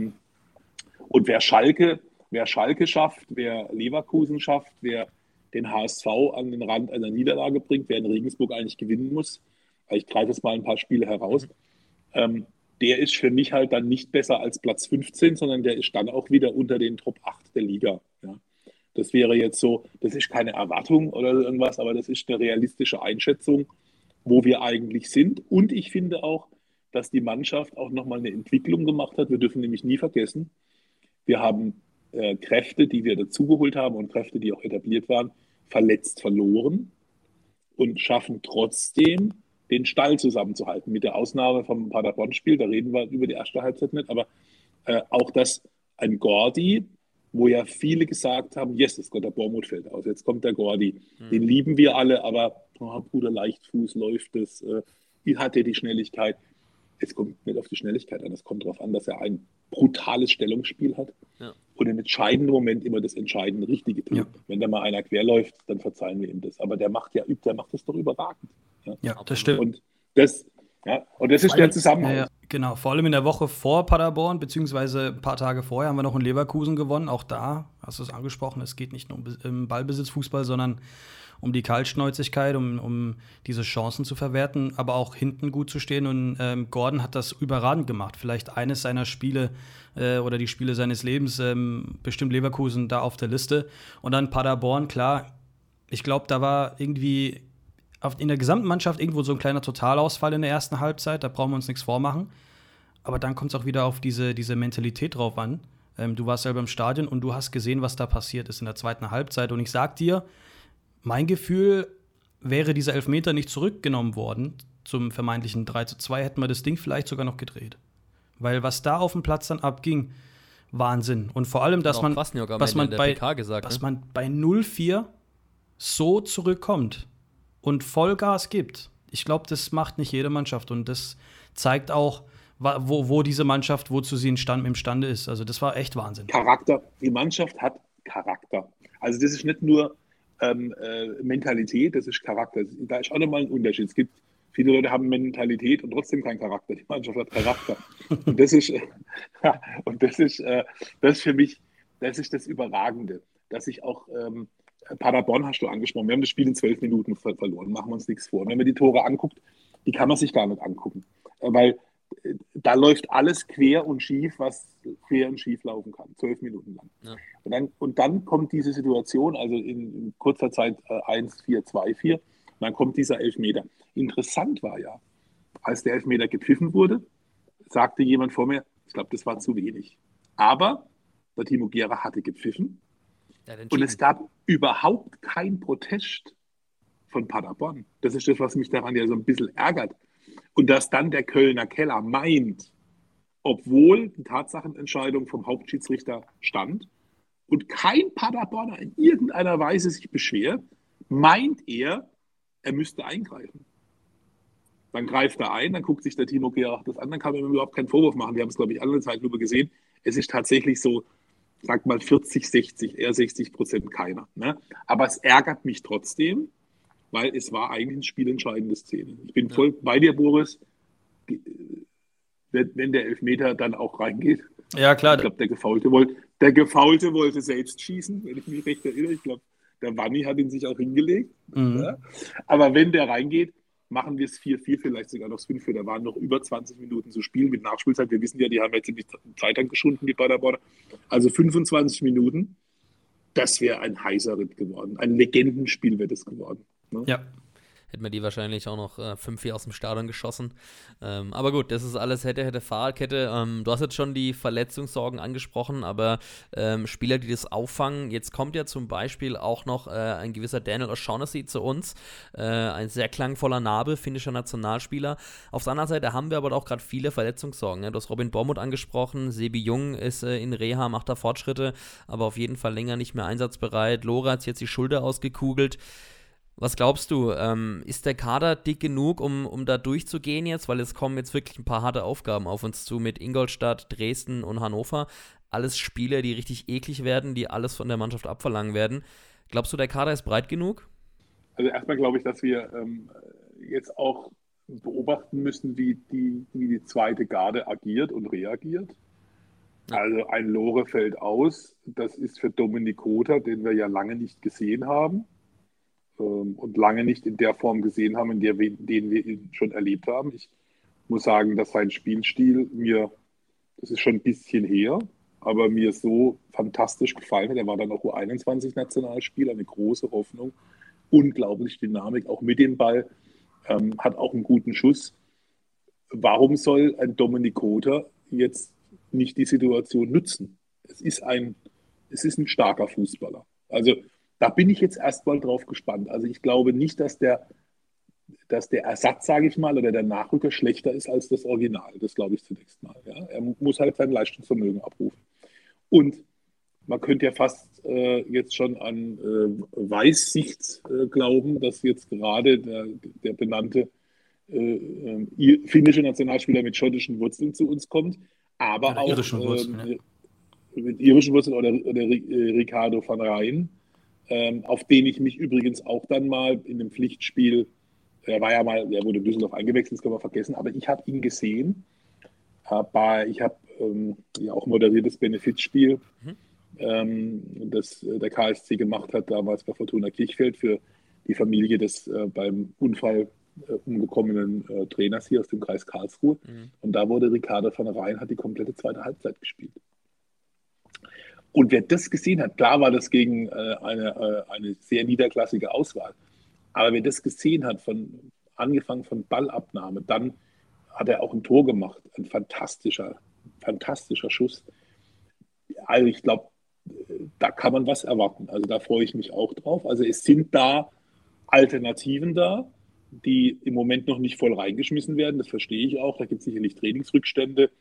Und wer Schalke schafft, wer Leverkusen schafft, wer den HSV an den Rand einer Niederlage bringt, wer in Regensburg eigentlich gewinnen muss, ich greife jetzt mal ein paar Spiele heraus, der ist für mich halt dann nicht besser als Platz 15, sondern der ist dann auch wieder unter den Top 8 der Liga. Ja. Das wäre jetzt so, das ist keine Erwartung oder irgendwas, aber das ist eine realistische Einschätzung, wo wir eigentlich sind. Und ich finde auch, dass die Mannschaft auch nochmal eine Entwicklung gemacht hat. Wir dürfen nämlich nie vergessen, wir haben Kräfte, die wir dazugeholt haben und Kräfte, die auch etabliert waren, verletzt verloren und schaffen trotzdem, den Stall zusammenzuhalten. Mit der Ausnahme vom Paderborn-Spiel, da reden wir über die erste Halbzeit nicht, aber auch das ein Gordi, wo ja viele gesagt haben, yes, es kommt der Bormuth fällt aus, jetzt kommt der Gordi. Den lieben wir alle, aber Bruder Leichtfuß läuft es, hat er die Schnelligkeit. Es kommt nicht auf die Schnelligkeit an, es kommt darauf an, dass er ein brutales Stellungsspiel hat und im entscheidenden Moment immer das entscheidende Richtige tut. Ja. Wenn da mal einer querläuft, dann verzeihen wir ihm das. Aber der macht das doch überragend. Ja, das stimmt. Und das ist der Zusammenhang. Ja, genau, vor allem in der Woche vor Paderborn, beziehungsweise ein paar Tage vorher haben wir noch in Leverkusen gewonnen. Auch da hast du es angesprochen, es geht nicht nur um Ballbesitzfußball, sondern um die Kaltschnäuzigkeit, um diese Chancen zu verwerten, aber auch hinten gut zu stehen. Und Gordon hat das überragend gemacht. Vielleicht eines seiner Spiele oder die Spiele seines Lebens, bestimmt Leverkusen da auf der Liste. Und dann Paderborn, klar, Ich glaube, da war irgendwie in der gesamten Mannschaft irgendwo so ein kleiner Totalausfall in der ersten Halbzeit. Da brauchen wir uns nichts vormachen. Aber dann kommt es auch wieder auf diese Mentalität drauf an. Du warst selber im Stadion und du hast gesehen, was da passiert ist in der zweiten Halbzeit. Und ich sag dir, mein Gefühl, wäre dieser Elfmeter nicht zurückgenommen worden zum vermeintlichen 3:2, hätten wir das Ding vielleicht sogar noch gedreht. Weil was da auf dem Platz dann abging, Wahnsinn. Und vor allem, dass man bei 0:4 so zurückkommt und Vollgas gibt. Ich glaube, das macht nicht jede Mannschaft. Und das zeigt auch, wo diese Mannschaft, wozu sie imstande ist. Also das war echt Wahnsinn. Charakter. Die Mannschaft hat Charakter. Also das ist nicht nur Mentalität, das ist Charakter. Da ist auch nochmal ein Unterschied. Es gibt viele Leute haben Mentalität und trotzdem keinen Charakter. Die Mannschaft hat Charakter. Und das ist für mich, das ist das Überragende. Dass ich auch Paderborn hast du angesprochen. Wir haben das Spiel in 12 Minuten verloren. Machen wir uns nichts vor. Und wenn man die Tore anguckt, die kann man sich gar nicht angucken. Weil da läuft alles quer und schief, was quer und schief laufen kann. 12 Minuten lang. Ja. Und dann kommt diese Situation, also in kurzer Zeit 1-4, 2-4. Und dann kommt dieser Elfmeter. Interessant war ja, als der Elfmeter gepfiffen wurde, sagte jemand vor mir, ich glaube, das war zu wenig. Aber der Timo Gera hatte gepfiffen. Und es gab überhaupt keinen Protest von Paderborn. Das ist das, was mich daran ja so ein bisschen ärgert. Und dass dann der Kölner Keller meint, obwohl die Tatsachenentscheidung vom Hauptschiedsrichter stand und kein Paderborner in irgendeiner Weise sich beschwert, meint er müsste eingreifen. Dann greift er ein, dann guckt sich der Timo Gera das an, dann kann man ihm überhaupt keinen Vorwurf machen. Wir haben es, glaube ich, alle eine Zeitlupe gesehen. Es ist tatsächlich so, sag mal 40, 60, eher 60% keiner. Ne? Aber es ärgert mich trotzdem, weil es war eigentlich eine spielentscheidende Szene. Ich bin voll bei dir, Boris. Wenn der Elfmeter dann auch reingeht. Ja, klar. Ich glaube, der Gefaulte wollte selbst schießen, wenn ich mich recht erinnere. Ich glaube, der Wanni hat ihn sich auch hingelegt. Mhm. Ja. Aber wenn der reingeht, machen wir es 4-4, vielleicht sogar noch 5-4. Da waren noch über 20 Minuten zu spielen mit Nachspielzeit. Wir wissen ja, die haben jetzt die Zeit angeschunden, die Paderborner. Also 25 Minuten, das wäre ein heißer Ritt geworden. Ein Legendenspiel wäre das geworden. Ne? Ja. Hätten wir die wahrscheinlich auch noch 5-4 aus dem Stadion geschossen. Aber gut, das ist alles hätte Fahrradkette. Du hast jetzt schon die Verletzungssorgen angesprochen, aber Spieler, die das auffangen, jetzt kommt ja zum Beispiel auch noch ein gewisser Daniel O'Shaughnessy zu uns. Ein sehr klangvoller Name, finnischer Nationalspieler. Auf der anderen Seite haben wir aber auch gerade viele Verletzungssorgen. Ne? Du hast Robin Bormuth angesprochen, Sebi Jung ist in Reha, macht da Fortschritte, aber auf jeden Fall länger nicht mehr einsatzbereit. Lora hat jetzt die Schulter ausgekugelt. Was glaubst du, ist der Kader dick genug, um da durchzugehen jetzt? Weil es kommen jetzt wirklich ein paar harte Aufgaben auf uns zu mit Ingolstadt, Dresden und Hannover. Alles Spiele, die richtig eklig werden, die alles von der Mannschaft abverlangen werden. Glaubst du, der Kader ist breit genug? Also erstmal glaube ich, dass wir jetzt auch beobachten müssen, wie die zweite Garde agiert und reagiert. Also ein Lore fällt aus. Das ist für Dominik Kota, den wir ja lange nicht gesehen haben. Und lange nicht in der Form gesehen haben, in denen wir ihn schon erlebt haben. Ich muss sagen, dass sein Spielstil das ist schon ein bisschen her, aber mir so fantastisch gefallen hat. Er war dann auch U21-Nationalspieler, eine große Hoffnung, unglaublich Dynamik, auch mit dem Ball, hat auch einen guten Schuss. Warum soll ein Dominik Kota jetzt nicht die Situation nutzen? Es ist ein starker Fußballer. Also da bin ich jetzt erstmal drauf gespannt. Also ich glaube nicht, dass der Ersatz, sage ich mal, oder der Nachrücker schlechter ist als das Original. Das glaube ich zunächst mal. Ja. Er muss halt sein Leistungsvermögen abrufen. Und man könnte ja fast jetzt schon an Weißsicht glauben, dass jetzt gerade der benannte finnische Nationalspieler mit schottischen Wurzeln zu uns kommt, aber auch mit irischen Wurzeln oder Ricardo van Rijn, auf den ich mich übrigens auch dann mal in einem Pflichtspiel, er wurde in Düsseldorf eingewechselt, das können wir vergessen, aber ich habe ihn gesehen, ich habe ja auch moderiertes Benefizspiel, das der KSC gemacht hat, damals bei Fortuna Kirchfeld für die Familie des beim Unfall umgekommenen Trainers hier aus dem Kreis Karlsruhe. Und da wurde Ricardo van Rijn, hat die komplette zweite Halbzeit gespielt. Und wer das gesehen hat, klar war das gegen eine sehr niederklassige Auswahl, aber wer das gesehen hat, angefangen von Ballabnahme, dann hat er auch ein Tor gemacht. Ein fantastischer Schuss. Also ich glaube, da kann man was erwarten. Also da freue ich mich auch drauf. Also es sind da Alternativen da, die im Moment noch nicht voll reingeschmissen werden. Das verstehe ich auch. Da gibt es sicherlich Trainingsrückstände.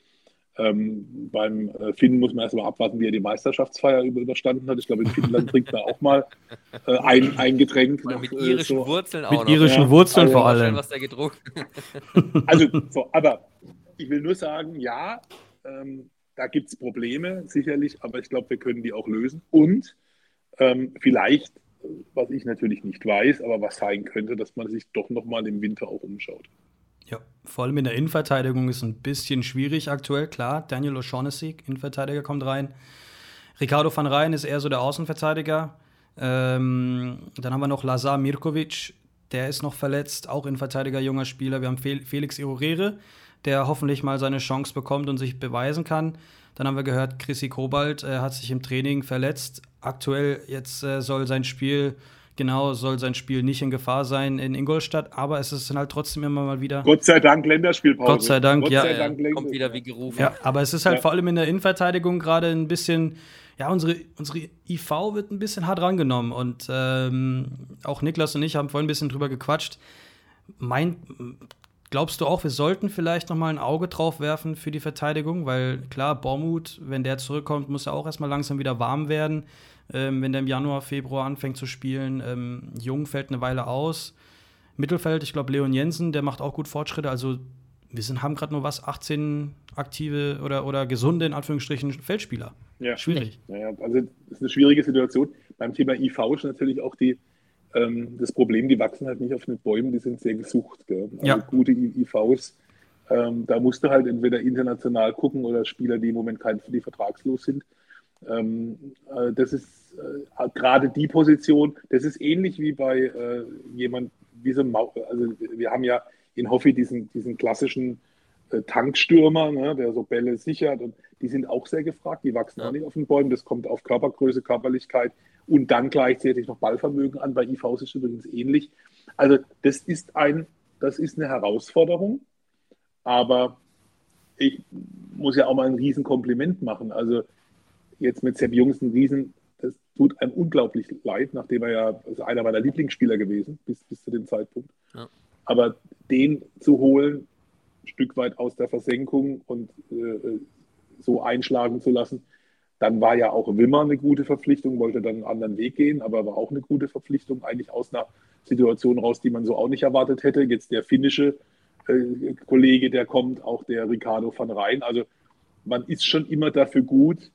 Beim Finn muss man erst mal abwarten, wie er die Meisterschaftsfeier überstanden hat. Ich glaube, in Finnland trinkt man auch mal ein Getränk. Noch, mit irischen Wurzeln auch mit noch. Mit irischen Wurzeln vor allem. Was der gedruckt. Also, aber ich will nur sagen, ja, da gibt es Probleme, sicherlich, aber ich glaube, wir können die auch lösen. Und vielleicht, was ich natürlich nicht weiß, aber was sein könnte, dass man sich doch nochmal im Winter auch umschaut. Ja, vor allem in der Innenverteidigung ist ein bisschen schwierig aktuell, klar. Daniel O'Shaughnessy, Innenverteidiger, kommt rein. Ricardo van Rijn ist eher so der Außenverteidiger. Dann haben wir noch Lazar Mirkovic, der ist noch verletzt, auch Innenverteidiger, junger Spieler. Wir haben Felix Irurere, der hoffentlich mal seine Chance bekommt und sich beweisen kann. Dann haben wir gehört, Chrissy Kobalt hat sich im Training verletzt. Aktuell jetzt soll sein Spiel nicht in Gefahr sein in Ingolstadt, aber es ist halt trotzdem immer mal wieder... Gott sei Dank Länderspielpause. Gott sei Dank, ja. Kommt wieder wie gerufen. Ja, aber es ist halt vor allem in der Innenverteidigung gerade ein bisschen... Ja, unsere IV wird ein bisschen hart rangenommen und auch Niklas und ich haben vorhin ein bisschen drüber gequatscht. Glaubst du auch, wir sollten vielleicht noch mal ein Auge drauf werfen für die Verteidigung? Weil klar, Bormuth, wenn der zurückkommt, muss er auch erstmal langsam wieder warm werden. Wenn der im Januar, Februar anfängt zu spielen. Jung fällt eine Weile aus. Mittelfeld, ich glaube, Leon Jensen, der macht auch gut Fortschritte. Also wir haben gerade nur 18 aktive oder gesunde, in Anführungsstrichen, Feldspieler. Ja. Schwierig. Ja, also das ist eine schwierige Situation. Beim Thema IV ist natürlich auch das Problem, die wachsen halt nicht auf den Bäumen, die sind sehr gesucht. Gell? Also gute IVs, da musst du halt entweder international gucken oder Spieler, die im Moment die vertragslos sind. Das ist gerade die Position, das ist ähnlich wie bei jemand wie so ein also wir haben ja in Hoffi diesen klassischen Tankstürmer, ne, der so Bälle sichert und die sind auch sehr gefragt, die wachsen auch nicht auf den Bäumen, das kommt auf Körpergröße, Körperlichkeit und dann gleichzeitig noch Ballvermögen an. Bei IVs ist es übrigens ähnlich. Also das ist eine Herausforderung, aber ich muss ja auch mal ein Riesenkompliment machen. Also jetzt mit Sepp Jungs das tut einem unglaublich leid, nachdem er einer meiner Lieblingsspieler gewesen, bis zu dem Zeitpunkt. Ja. Aber den zu holen, ein Stück weit aus der Versenkung und so einschlagen zu lassen, dann war ja auch Wimmer eine gute Verpflichtung, wollte dann einen anderen Weg gehen, aber war auch eine gute Verpflichtung, eigentlich aus einer Situation raus, die man so auch nicht erwartet hätte. Jetzt der finnische Kollege, der kommt, auch der Ricardo van Rijn. Also man ist schon immer dafür gut,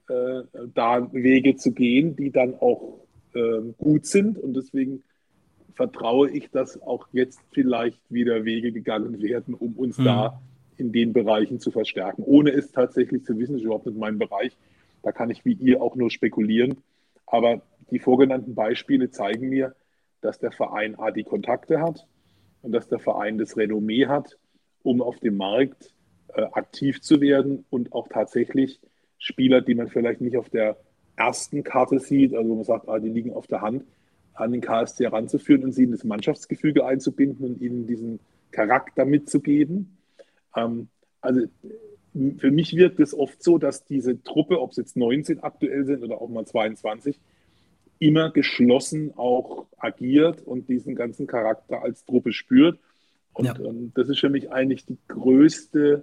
da Wege zu gehen, die dann auch gut sind. Und deswegen vertraue ich, dass auch jetzt vielleicht wieder Wege gegangen werden, um uns da in den Bereichen zu verstärken. Ohne es tatsächlich zu wissen, das ist überhaupt nicht mein Bereich. Da kann ich wie ihr auch nur spekulieren. Aber die vorgenannten Beispiele zeigen mir, dass der Verein die Kontakte hat und dass der Verein das Renommee hat, um auf dem Markt aktiv zu werden und auch tatsächlich Spieler, die man vielleicht nicht auf der ersten Karte sieht, also wo man sagt, die liegen auf der Hand, an den KSC heranzuführen und sie in das Mannschaftsgefüge einzubinden und ihnen diesen Charakter mitzugeben. Also für mich wirkt es oft so, dass diese Truppe, ob es jetzt 19 aktuell sind oder auch mal 22, immer geschlossen auch agiert und diesen ganzen Charakter als Truppe spürt. Und das ist für mich eigentlich die größte,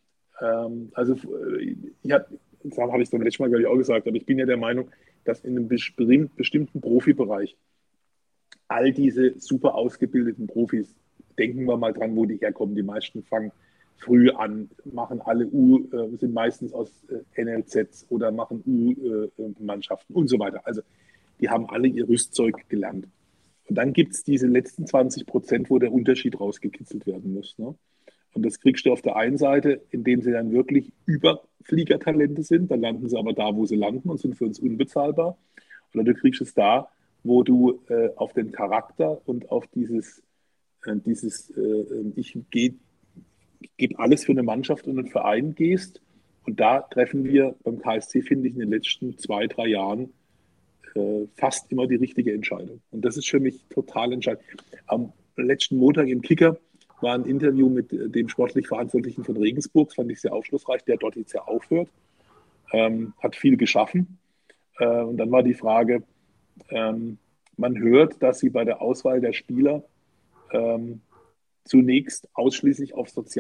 das habe ich beim letzten Mal, glaube ich, auch gesagt, aber ich bin ja der Meinung, dass in einem bestimmten Profibereich all diese super ausgebildeten Profis, denken wir mal dran, wo die herkommen, die meisten fangen früh an, machen alle sind meistens aus NLZs oder machen U-Mannschaften und so weiter. Also die haben alle ihr Rüstzeug gelernt. Und dann gibt es diese letzten 20%, wo der Unterschied rausgekitzelt werden muss. Ne? Und das kriegst du auf der einen Seite, indem sie dann wirklich Überfliegertalente sind, dann landen sie aber da, wo sie landen und sind für uns unbezahlbar. Oder du kriegst es da, wo du auf den Charakter und auf ich gebe alles für eine Mannschaft und einen Verein gehst Und da treffen wir beim KSC, finde ich, in den letzten 2-3 Jahren fast immer die richtige Entscheidung. Und das ist für mich total entscheidend. Am letzten Montag im Kicker war ein Interview mit dem sportlich Verantwortlichen von Regensburg, das fand ich sehr aufschlussreich, der dort jetzt ja aufhört, hat viel geschaffen. Und dann war die Frage, man hört, dass sie bei der Auswahl der Spieler zunächst ausschließlich auf das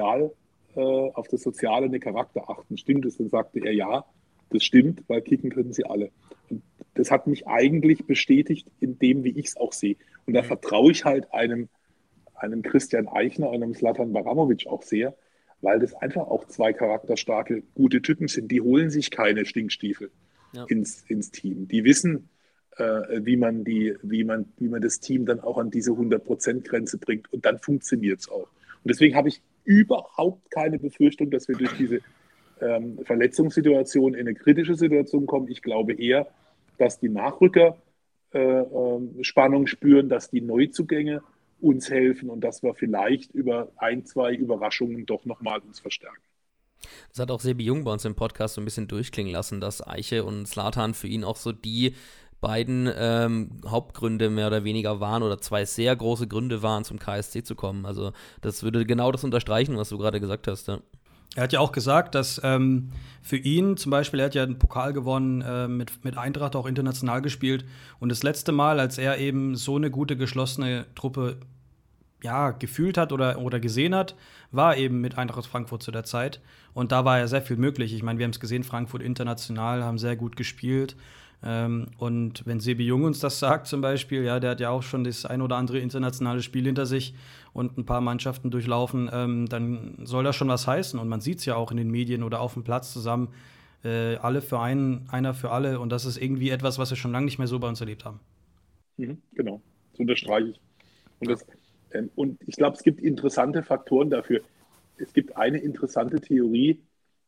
Soziale und den Charakter achten. Stimmt es? Dann sagte er, ja, das stimmt, weil kicken können sie alle. Und das hat mich eigentlich bestätigt in dem, wie ich es auch sehe. Und da vertraue ich halt einem Christian Eichner, einem Zlatan Baramovic auch sehr, weil das einfach auch 2 charakterstarke, gute Typen sind. Die holen sich keine Stinkstiefel ins Team. Die wissen, wie man das Team dann auch an diese 100%-Grenze bringt. Und dann funktioniert es auch. Und deswegen habe ich überhaupt keine Befürchtung, dass wir durch diese Verletzungssituation in eine kritische Situation kommen. Ich glaube eher, dass die Nachrücker Spannung spüren, dass die Neuzugänge uns helfen und dass wir vielleicht über 1-2 Überraschungen doch nochmal uns verstärken. Das hat auch Sebi Jung bei uns im Podcast so ein bisschen durchklingen lassen, dass Eiche und Zlatan für ihn auch so die beiden Hauptgründe mehr oder weniger waren oder 2 sehr große Gründe waren, zum KSC zu kommen. Also das würde genau das unterstreichen, was du gerade gesagt hast. Ja. Er hat ja auch gesagt, dass für ihn zum Beispiel, er hat ja einen Pokal gewonnen, mit Eintracht auch international gespielt. Und das letzte Mal, als er eben so eine gute, geschlossene Truppe gefühlt hat oder gesehen hat, war eben mit Eintracht Frankfurt zu der Zeit. Und da war ja sehr viel möglich. Ich meine, wir haben es gesehen, Frankfurt international, haben sehr gut gespielt. Und wenn Sebi Jung uns das sagt zum Beispiel, der hat ja auch schon das ein oder andere internationale Spiel hinter sich und ein paar Mannschaften durchlaufen, dann soll das schon was heißen. Und man sieht es ja auch in den Medien oder auf dem Platz zusammen, alle für einen, einer für alle. Und das ist irgendwie etwas, was wir schon lange nicht mehr so bei uns erlebt haben. Genau, das unterstreiche ich. Und ich glaube, es gibt interessante Faktoren dafür. Es gibt eine interessante Theorie,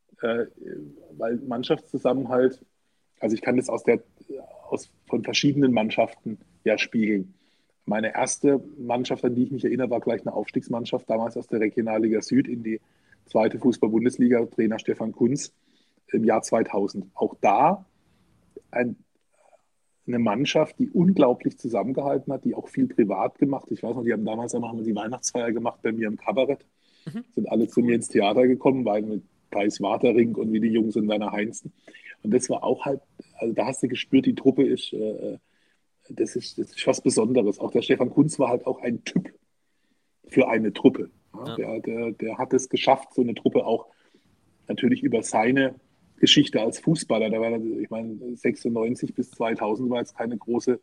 weil Mannschaftszusammenhalt, also ich kann das von verschiedenen Mannschaften spiegeln. Meine erste Mannschaft, an die ich mich erinnere, war gleich eine Aufstiegsmannschaft, damals aus der Regionalliga Süd in die 2. Fußball-Bundesliga, Trainer Stefan Kunz im Jahr 2000. Auch da eine Mannschaft, die unglaublich zusammengehalten hat, die auch viel privat gemacht. Ich weiß noch, die haben damals die Weihnachtsfeier gemacht bei mir im Kabarett. Sind alle zu mir ins Theater gekommen, weil mit Thais Watering und wie die Jungs und Werner Heinzen. Und das war auch halt, also da hast du gespürt, die Truppe ist, das ist was Besonderes. Auch der Stefan Kunz war halt auch ein Typ für eine Truppe. Ja, der hat es geschafft, so eine Truppe auch natürlich über seine Geschichte als Fußballer, da war, ich meine, 96 bis 2000 war jetzt kein großer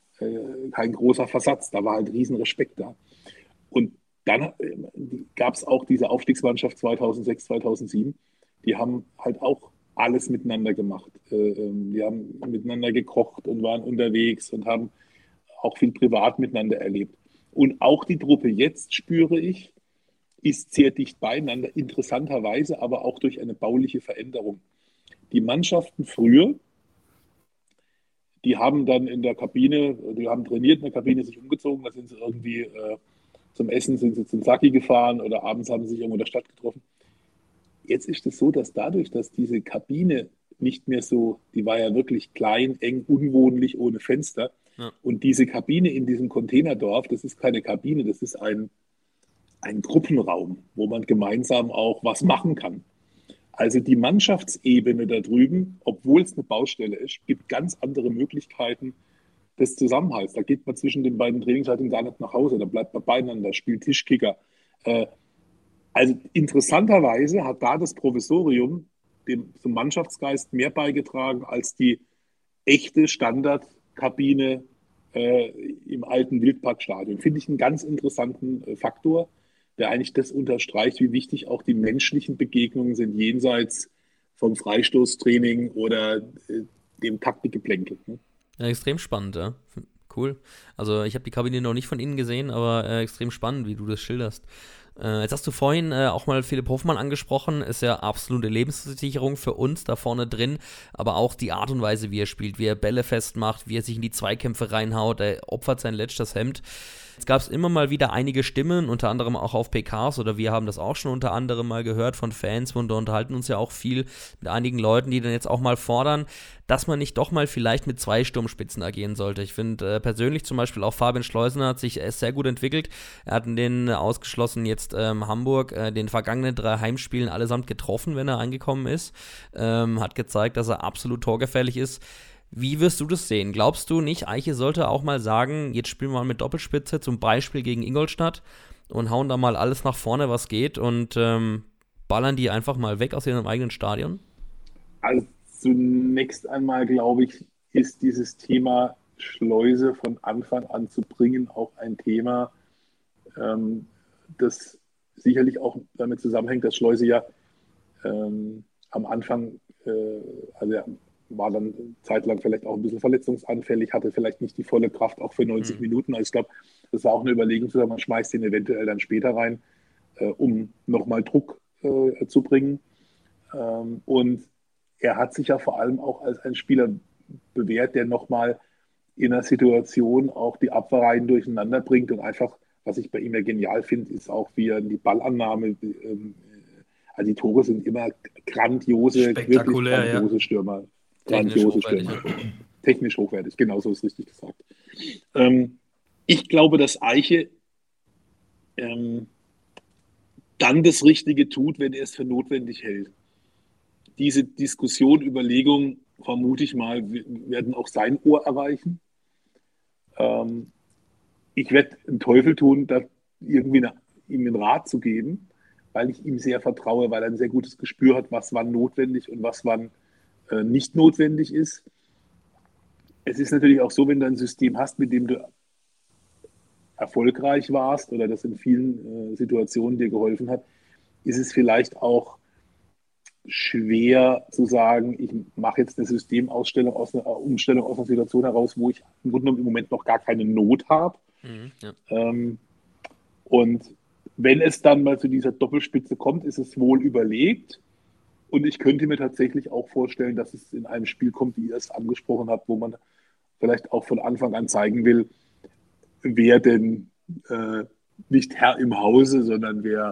Versatz, da war halt riesen Respekt da. Und dann gab es auch diese Aufstiegsmannschaft 2006, 2007, die haben halt auch alles miteinander gemacht. Die haben miteinander gekocht und waren unterwegs und haben auch viel privat miteinander erlebt. Und auch die Truppe jetzt, spüre ich, ist sehr dicht beieinander, interessanterweise aber auch durch eine bauliche Veränderung. Die Mannschaften früher, die haben dann in der Kabine, die haben trainiert in der Kabine, sich umgezogen, da sind sie irgendwie zum Essen, sind sie zum Saki gefahren oder abends haben sie sich irgendwo in der Stadt getroffen. Jetzt ist es so, dass dadurch, dass diese Kabine nicht mehr so, die war ja wirklich klein, eng, unwohnlich, ohne Fenster. Ja. Und diese Kabine in diesem Containerdorf, das ist keine Kabine, das ist ein Gruppenraum, wo man gemeinsam auch was machen kann. Also die Mannschaftsebene da drüben, obwohl es eine Baustelle ist, gibt ganz andere Möglichkeiten des Zusammenhalts. Da geht man zwischen den beiden Trainingsleitungen gar nicht nach Hause, da bleibt man beieinander, spielt Tischkicker. Also interessanterweise hat da das Provisorium zum Mannschaftsgeist mehr beigetragen als die echte Standardkabine im alten Wildparkstadion. Finde ich einen ganz interessanten Faktor, der eigentlich das unterstreicht, wie wichtig auch die menschlichen Begegnungen sind, jenseits vom Freistoßtraining oder dem Taktikgeplänkel. Ne? Ja, extrem spannend, ja. Cool. Also ich habe die Kabine noch nicht von innen gesehen, aber extrem spannend, wie du das schilderst. Jetzt hast du vorhin auch mal Philipp Hofmann angesprochen, ist ja absolute Lebensversicherung für uns da vorne drin, aber auch die Art und Weise, wie er spielt, wie er Bälle festmacht, wie er sich in die Zweikämpfe reinhaut, er opfert sein letztes Hemd. Es gab immer mal wieder einige Stimmen, unter anderem auch auf PKs, oder wir haben das auch schon unter anderem mal gehört von Fans, und unterhalten uns ja auch viel mit einigen Leuten, die dann jetzt auch mal fordern, dass man nicht doch mal vielleicht mit 2 Sturmspitzen agieren sollte. Ich finde persönlich zum Beispiel auch Fabian Schleusener hat sich sehr gut entwickelt. Er hat in den ausgeschlossen jetzt Hamburg den vergangenen 3 Heimspielen allesamt getroffen, wenn er angekommen ist. Hat gezeigt, dass er absolut torgefährlich ist. Wie wirst du das sehen? Glaubst du nicht, Eiche sollte auch mal sagen, jetzt spielen wir mal mit Doppelspitze, zum Beispiel gegen Ingolstadt, und hauen da mal alles nach vorne, was geht, und ballern die einfach mal weg aus ihrem eigenen Stadion? Also zunächst einmal, glaube ich, ist dieses Thema Schleuse von Anfang an zu bringen auch ein Thema, das sicherlich auch damit zusammenhängt, dass Schleuse ja am Anfang, also er war dann zeitlang vielleicht auch ein bisschen verletzungsanfällig, hatte vielleicht nicht die volle Kraft auch für 90 Minuten. Also ich glaube, das war auch eine Überlegung, zu sagen, man schmeißt den eventuell dann später rein, um nochmal Druck zu bringen. Und er hat sich ja vor allem auch als ein Spieler bewährt, der nochmal in einer Situation auch die Abwehrreihen durcheinander bringt und einfach, was ich bei ihm ja genial finde, ist auch, wie er die Ballannahme, also die Tore sind immer grandiose, spektakulär, wirklich grandiose Stürmer. Grandiose Stürmer. Technisch hochwertig, genau so ist richtig gesagt. Ich glaube, dass Eiche dann das Richtige tut, wenn er es für notwendig hält. Diese Diskussion, Überlegung, vermute ich mal, werden auch sein Ohr erreichen. Ich werde einen Teufel tun, da irgendwie ihm einen Rat zu geben, weil ich ihm sehr vertraue, weil er ein sehr gutes Gespür hat, was wann notwendig und was wann nicht notwendig ist. Es ist natürlich auch so, wenn du ein System hast, mit dem du erfolgreich warst oder das in vielen Situationen dir geholfen hat, ist es vielleicht auch schwer zu sagen, ich mache jetzt eine Systemausstellung Umstellung aus einer Situation heraus, wo ich im Grunde genommen im Moment noch gar keine Not habe. Ja. Und wenn es dann mal zu dieser Doppelspitze kommt, ist es wohl überlegt. Und ich könnte mir tatsächlich auch vorstellen, dass es in einem Spiel kommt, wie ihr es angesprochen habt, wo man vielleicht auch von Anfang an zeigen will, wer denn nicht Herr im Hause, sondern wer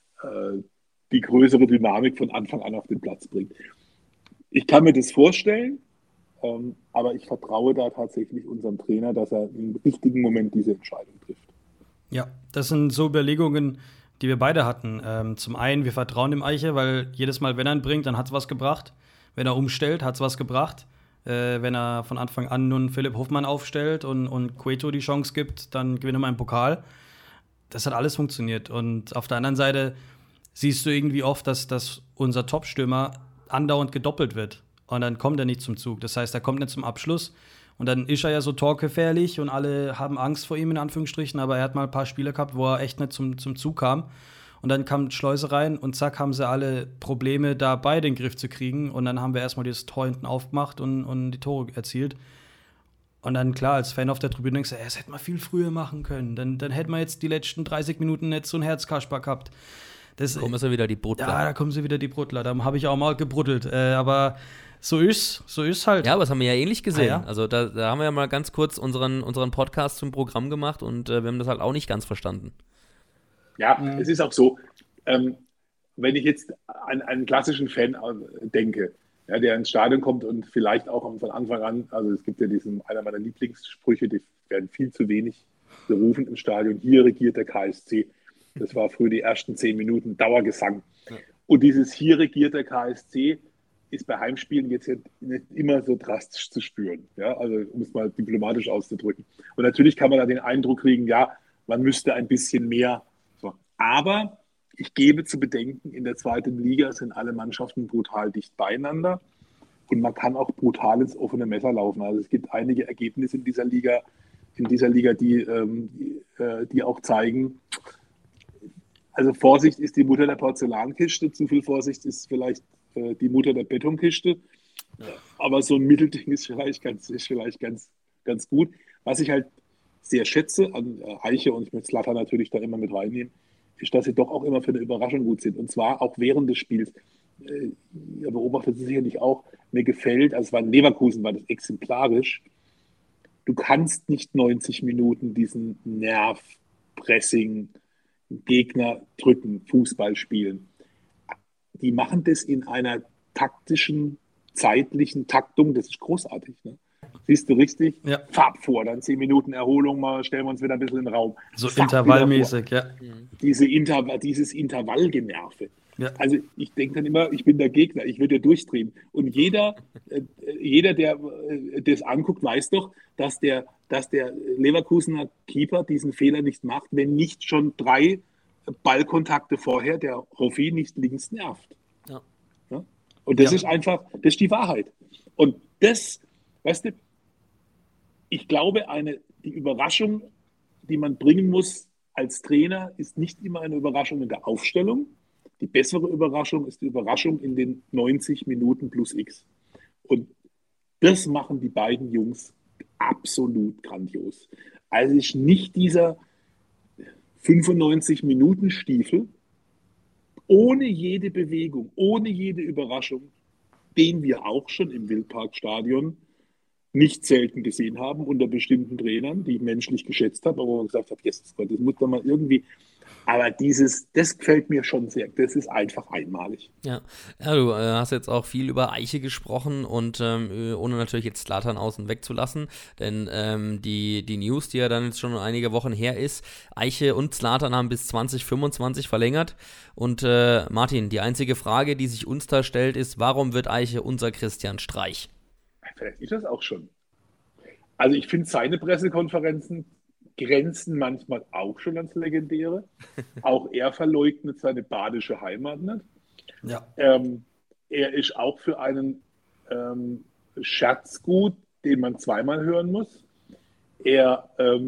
die größere Dynamik von Anfang an auf den Platz bringt. Ich kann mir das vorstellen, aber ich vertraue da tatsächlich unserem Trainer, dass er im richtigen Moment diese Entscheidung trifft. Ja, das sind so Überlegungen, die wir beide hatten. Zum einen, wir vertrauen dem Eiche, weil jedes Mal, wenn er ihn bringt, dann hat es was gebracht. Wenn er umstellt, hat es was gebracht. Wenn er von Anfang an nun Philipp Hofmann aufstellt und Cueto die Chance gibt, dann gewinnen wir einen Pokal. Das hat alles funktioniert. Und auf der anderen Seite siehst du irgendwie oft, dass unser Top-Stürmer andauernd gedoppelt wird. Und dann kommt er nicht zum Zug. Das heißt, er kommt nicht zum Abschluss. Und dann ist er ja so torgefährlich und alle haben Angst vor ihm, in Anführungsstrichen. Aber er hat mal ein paar Spiele gehabt, wo er echt nicht zum Zug kam. Und dann kam Schleuse rein und zack, haben sie alle Probleme, da beide in den Griff zu kriegen. Und dann haben wir erstmal dieses Tor hinten aufgemacht und die Tore erzielt. Und dann, klar, als Fan auf der Tribüne denkst du, das hätte man viel früher machen können. Dann hätten wir jetzt die letzten 30 Minuten nicht so ein Herzkasper gehabt. Da kommen sie wieder, die Bruttler. Ja, da kommen sie wieder, die Bruttler. Da habe ich auch mal gebruttelt. Aber so ist halt. Ja, aber das haben wir ja ähnlich gesehen. Ja. Also da haben wir ja mal ganz kurz unseren Podcast zum Programm gemacht und wir haben das halt auch nicht ganz verstanden. Ja, es ist auch so, wenn ich jetzt an einen klassischen Fan denke, ja, der ins Stadion kommt und vielleicht auch von Anfang an, also es gibt ja einer meiner Lieblingssprüche, die werden viel zu wenig gerufen im Stadion, hier regiert der KSC. Das war früher die ersten 10 Minuten Dauergesang. Ja. Und dieses hier regiert der KSC ist bei Heimspielen jetzt nicht immer so drastisch zu spüren. Ja? Also um es mal diplomatisch auszudrücken. Und natürlich kann man da den Eindruck kriegen, ja, man müsste ein bisschen mehr. So. Aber ich gebe zu bedenken, in der zweiten Liga sind alle Mannschaften brutal dicht beieinander. Und man kann auch brutal ins offene Messer laufen. Also es gibt einige Ergebnisse in dieser Liga, die auch zeigen, also Vorsicht ist die Mutter der Porzellankiste, zu viel Vorsicht ist vielleicht die Mutter der Betonkiste. Ja. Aber so ein Mittelding ist vielleicht ganz gut. Was ich halt sehr schätze an Eiche, und ich möchte Zlatan natürlich da immer mit reinnehmen, ist, dass sie doch auch immer für eine Überraschung gut sind. Und zwar auch während des Spiels. Ihr beobachtet es sicherlich auch, mir gefällt, also es war in Leverkusen, war das exemplarisch, du kannst nicht 90 Minuten diesen Nerv, Pressing, Gegner drücken, Fußball spielen. Die machen das in einer taktischen, zeitlichen Taktung, das ist großartig. Ne? Siehst du richtig? Ja. Fahrt vor, dann 10 Minuten Erholung mal, stellen wir uns wieder ein bisschen in den Raum. So Fahrt intervallmäßig, ja. Dieses Intervallgenerve. Ja. Also ich denke dann immer, ich bin der Gegner, ich würde durchdrehen. Und jeder, der das anguckt, weiß doch, dass der Leverkusener Keeper diesen Fehler nicht macht, wenn nicht schon 3 Ballkontakte vorher der Hoffi nicht links nervt. Ja. Ja? Und das ist einfach, das ist die Wahrheit. Und das, weißt du, ich glaube, die Überraschung, die man bringen muss als Trainer, ist nicht immer eine Überraschung in der Aufstellung. Die bessere Überraschung ist die Überraschung in den 90 Minuten plus X. Und das machen die beiden Jungs absolut grandios. Also ist nicht dieser 95-Minuten-Stiefel ohne jede Bewegung, ohne jede Überraschung, den wir auch schon im Wildparkstadion nicht selten gesehen haben unter bestimmten Trainern, die ich menschlich geschätzt habe, aber wo man gesagt hat, yes, das muss doch mal irgendwie. Aber das gefällt mir schon sehr. Das ist einfach einmalig. Ja, du hast jetzt auch viel über Eiche gesprochen und ohne natürlich jetzt Zlatan außen weg zu lassen, denn die News, die ja dann jetzt schon einige Wochen her ist, Eiche und Zlatan haben bis 2025 verlängert und Martin, die einzige Frage, die sich uns da stellt, ist, warum wird Eiche unser Christian Streich? Vielleicht ist das auch schon. Also ich finde, seine Pressekonferenzen grenzen manchmal auch schon ans Legendäre. Auch er verleugnet seine badische Heimat nicht. Ja. Er ist auch für einen Scherz gut, den man zweimal hören muss. Er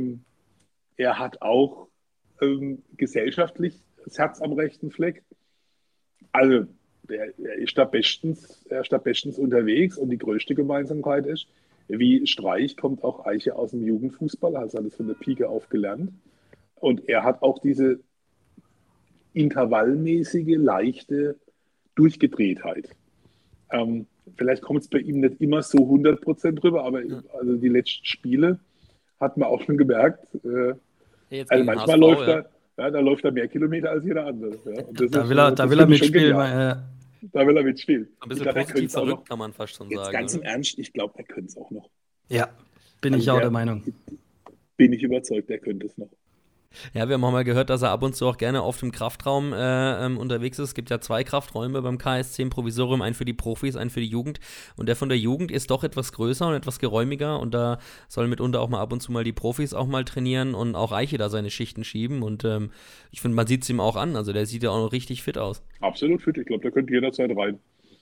hat auch gesellschaftlich das Herz am rechten Fleck. Also er ist da bestens unterwegs und die größte Gemeinsamkeit ist, wie Streich kommt auch Eiche aus dem Jugendfußball, hat alles von der Pike auf gelernt. Und er hat auch diese intervallmäßige, leichte Durchgedrehtheit. Vielleicht kommt es bei ihm nicht immer so 100% rüber, aber also die letzten Spiele hat man auch schon gemerkt, also manchmal läuft da läuft er mehr Kilometer als jeder andere. Ja. Da will er mitspielen. Da will er mitspielen. Ein bisschen positiv verrückt, kann man fast schon jetzt sagen. Ganz im Ernst, ich glaube, er könnte es auch noch. Ja, bin ich auch der Meinung. Bin ich überzeugt, er könnte es noch. Ja, wir haben auch mal gehört, dass er ab und zu auch gerne auf dem Kraftraum unterwegs ist. Es gibt ja 2 Krafträume beim KSC im Provisorium, einen für die Profis, einen für die Jugend. Und der von der Jugend ist doch etwas größer und etwas geräumiger. Und da sollen mitunter auch mal ab und zu mal die Profis auch mal trainieren und auch Eiche da seine Schichten schieben. Und ich finde, man sieht es ihm auch an. Also der sieht ja auch noch richtig fit aus. Absolut fit. Ich glaube, der könnte jederzeit rein.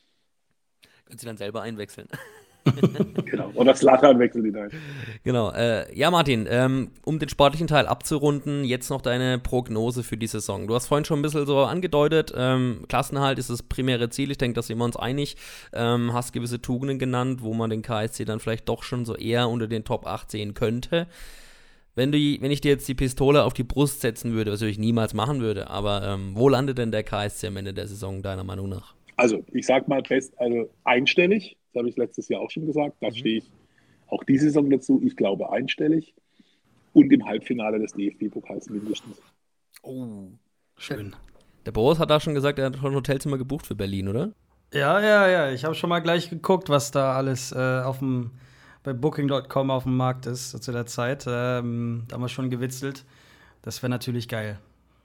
Können Sie dann selber einwechseln. Genau, oder Zlatan wechselt ihn ein. Genau, ja Martin, um den sportlichen Teil abzurunden, jetzt noch deine Prognose für die Saison. Du hast vorhin schon ein bisschen so angedeutet, Klassenerhalt ist das primäre Ziel, ich denke, da sind wir uns einig, hast gewisse Tugenden genannt, wo man den KSC dann vielleicht doch schon so eher unter den Top 8 sehen könnte. Wenn ich dir jetzt die Pistole auf die Brust setzen würde, was ich niemals machen würde, aber wo landet denn der KSC am Ende der Saison, deiner Meinung nach? Also, ich sag mal fest, also einstellig, das habe ich letztes Jahr auch schon gesagt, da stehe ich auch diese Saison dazu, ich glaube einstellig und im Halbfinale des DFB-Pokals mindestens. Oh, schön. Der Boris hat da schon gesagt, er hat schon ein Hotelzimmer gebucht für Berlin, oder? Ja, ich habe schon mal gleich geguckt, was da alles bei Booking.com auf dem Markt ist zu der Zeit. Da haben wir schon gewitzelt. Das wäre natürlich geil.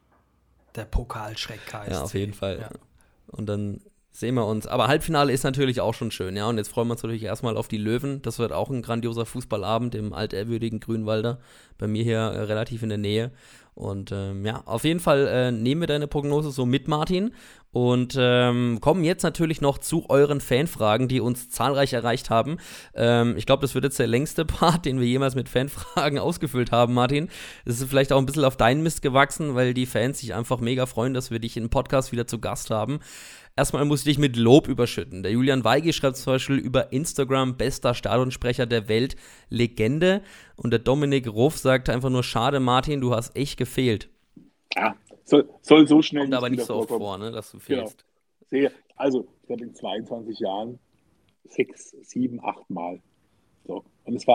Der Pokalschreck KSC. Ja, auf jeden Fall. Ja. Und dann sehen wir uns. Aber Halbfinale ist natürlich auch schon schön, ja. Und jetzt freuen wir uns natürlich erstmal auf die Löwen. Das wird auch ein grandioser Fußballabend im altehrwürdigen Grünwalder. Bei mir hier relativ in der Nähe. Und ja, auf jeden Fall nehmen wir deine Prognose so mit, Martin. Und kommen jetzt natürlich noch zu euren Fanfragen, die uns zahlreich erreicht haben. Ich glaube, das wird jetzt der längste Part, den wir jemals mit Fanfragen ausgefüllt haben, Martin. Das ist vielleicht auch ein bisschen auf deinen Mist gewachsen, weil die Fans sich einfach mega freuen, dass wir dich im Podcast wieder zu Gast haben. Erstmal muss ich dich mit Lob überschütten. Der Julian Weigi schreibt zum Beispiel über Instagram, bester Stadionsprecher der Welt, Legende. Und der Dominik Ruff sagt einfach nur, schade Martin, du hast echt gefehlt. Ja, soll so schnell kommt aber nicht so oft vorkommen. vor, ne, dass du fehlst. Genau. Also, ich habe in 22 Jahren 6, 7, 8 Mal. So. Und es war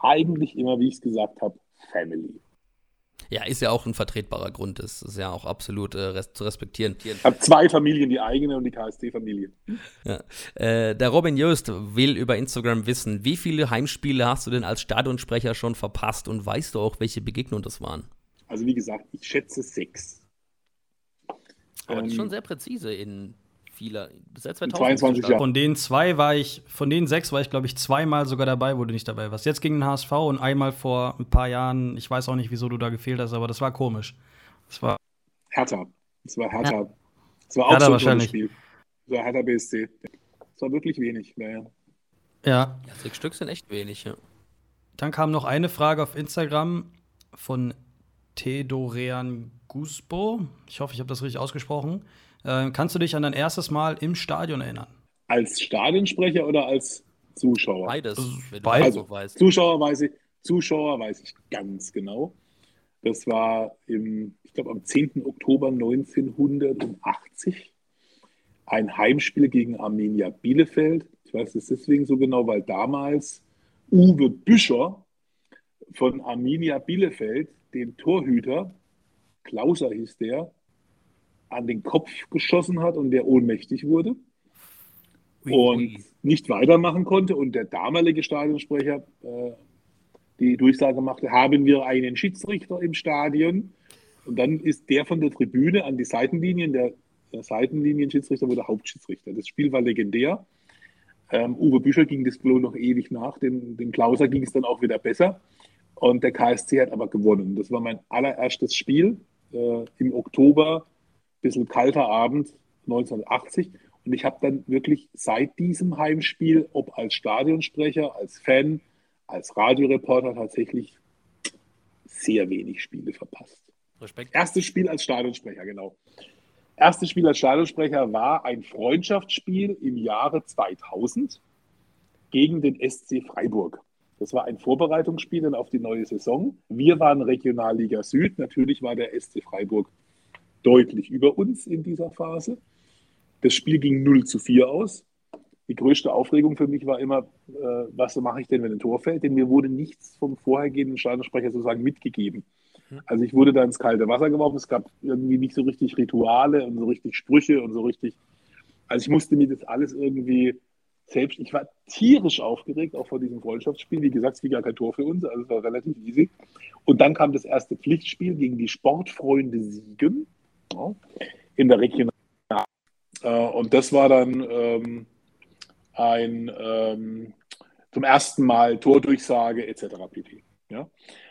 eigentlich immer, wie ich es gesagt habe, Family. Ja, ist ja auch ein vertretbarer Grund, das ist ja auch absolut zu respektieren. Ich habe 2 Familien, die eigene und die KSC-Familie. Ja. Der Robin Jöst will über Instagram wissen, wie viele Heimspiele hast du denn als Stadionsprecher schon verpasst und weißt du auch, welche Begegnungen das waren? Also wie gesagt, ich schätze 6. Aber das ist schon sehr präzise in vieler, seit 22 Jahren. Von den 6 war ich, glaube ich, 2-mal sogar dabei, wo du nicht dabei warst. Jetzt gegen den HSV und einmal vor ein paar Jahren. Ich weiß auch nicht, wieso du da gefehlt hast, aber das war komisch. Das war Hertha. Das war Hertha. Ja. Das war auch Hertha so ein wahrscheinlich. Spiel. Das war Hertha BSC. Das war wirklich wenig. Naja. Ja. Ja, 6 Stück sind echt wenig, ja. Dann kam noch eine Frage auf Instagram von Tedorean Gusbo. Ich hoffe, ich habe das richtig ausgesprochen. Kannst du dich an dein erstes Mal im Stadion erinnern? Als Stadionsprecher oder als Zuschauer? Beides, wenn beides. du das so weißt. Zuschauer weiß ich ganz genau. Das war ich glaube, am 10. Oktober 1980 ein Heimspiel gegen Arminia Bielefeld. Ich weiß es deswegen so genau, weil damals Uwe Büscher von Arminia Bielefeld den Torhüter, Klauser hieß der, an den Kopf geschossen hat und der ohnmächtig wurde und nicht weitermachen konnte. Und der damalige Stadionsprecher die Durchsage machte, haben wir einen Schiedsrichter im Stadion? Und dann ist der von der Tribüne an die Seitenlinien, der Seitenlinien-Schiedsrichter wurde Hauptschiedsrichter. Das Spiel war legendär. Uwe Büscher ging das bloß noch ewig nach, dem Klauser ging es dann auch wieder besser. Und der KSC hat aber gewonnen. Das war mein allererstes Spiel im Oktober, bisschen kalter Abend 1980. Und ich habe dann wirklich seit diesem Heimspiel, ob als Stadionsprecher, als Fan, als Radioreporter, tatsächlich sehr wenig Spiele verpasst. Respekt. Erstes Spiel als Stadionsprecher, genau. Erstes Spiel als Stadionsprecher war ein Freundschaftsspiel im Jahre 2000 gegen den SC Freiburg. Das war ein Vorbereitungsspiel dann auf die neue Saison. Wir waren Regionalliga Süd. Natürlich war der SC Freiburg deutlich über uns in dieser Phase. Das Spiel ging 0:4 aus. Die größte Aufregung für mich war immer, was mache ich denn, wenn ein Tor fällt? Denn mir wurde nichts vom vorhergehenden Stadionsprecher sozusagen mitgegeben. Also ich wurde da ins kalte Wasser geworfen. Es gab irgendwie nicht so richtig Rituale und so richtig Sprüche und so richtig. Also ich musste mir das alles irgendwie selbst. Ich war tierisch aufgeregt, auch vor diesem Freundschaftsspiel. Wie gesagt, es ging gar kein Tor für uns, also es war relativ easy. Und dann kam das erste Pflichtspiel gegen die Sportfreunde Siegen in der Regional. Und das war dann zum ersten Mal Tordurchsage etc. pp. Ja?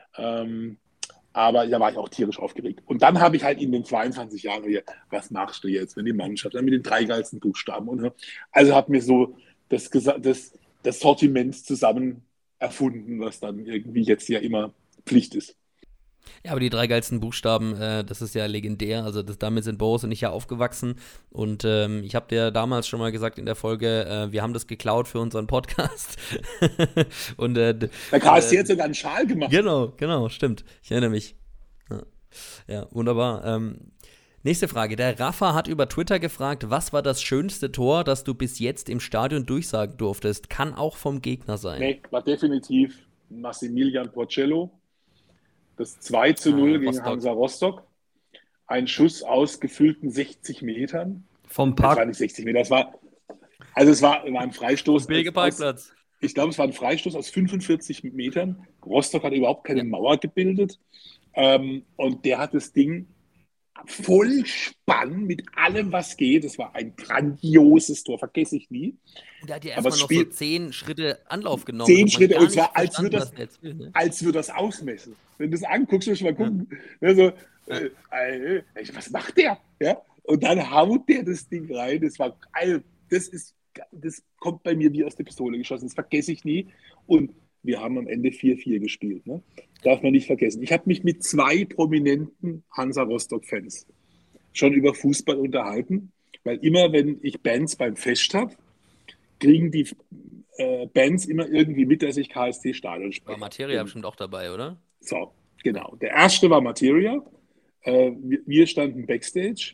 Aber da war ich auch tierisch aufgeregt. Und dann habe ich halt in den 22 Jahren hier, was machst du jetzt, wenn die Mannschaft dann mit den 3 geilsten Buchstaben und also habe mir so das Sortiment zusammen erfunden, was dann irgendwie jetzt ja immer Pflicht ist. Ja, aber die 3 geilsten Buchstaben, das ist ja legendär. Also damit sind Boris und ich ja aufgewachsen. Und ich habe dir damals schon mal gesagt in der Folge, wir haben das geklaut für unseren Podcast. Und der KSC hat sogar einen Schal gemacht. Genau, stimmt. Ich erinnere mich. Ja, wunderbar. Nächste Frage. Der Rafa hat über Twitter gefragt, was war das schönste Tor, das du bis jetzt im Stadion durchsagen durftest? Kann auch vom Gegner sein. Nee, war definitiv Massimilian Porcello. Das 2:0 gegen Rostock. Hansa Rostock. Ein Schuss aus gefühlten 60 Metern. Vom Das war Park. nicht 60 Meter, es war ein Freistoß. Parkplatz. Ich glaube, es war ein Freistoß aus 45 Metern. Rostock hat überhaupt keine Mauer gebildet. Und der hat das Ding voll Spann mit allem, was geht. Es war ein grandioses Tor, vergesse ich nie. Und der hat ja Aber erstmal noch so 10 Schritte Anlauf genommen. 10 Hat man Schritte, gar und zwar nicht als verstanden, würde was der jetzt will, ne? das ausmessen. Wenn du das anguckst, musst du mal gucken. Ja, so, was macht der? Ja? Und dann haut der das Ding rein. Das war geil. Das kommt bei mir wie aus der Pistole geschossen. Das vergesse ich nie. Und wir haben am Ende 4:4 gespielt. Ne? Darf man nicht vergessen. Ich habe mich mit 2 prominenten Hansa Rostock-Fans schon über Fußball unterhalten, weil immer, wenn ich Bands beim Fest habe, kriegen die Bands immer irgendwie mit, dass ich KSC-Stadion spreche. War Materia bestimmt auch dabei, oder? So, genau. Der erste war Materia. Wir standen Backstage.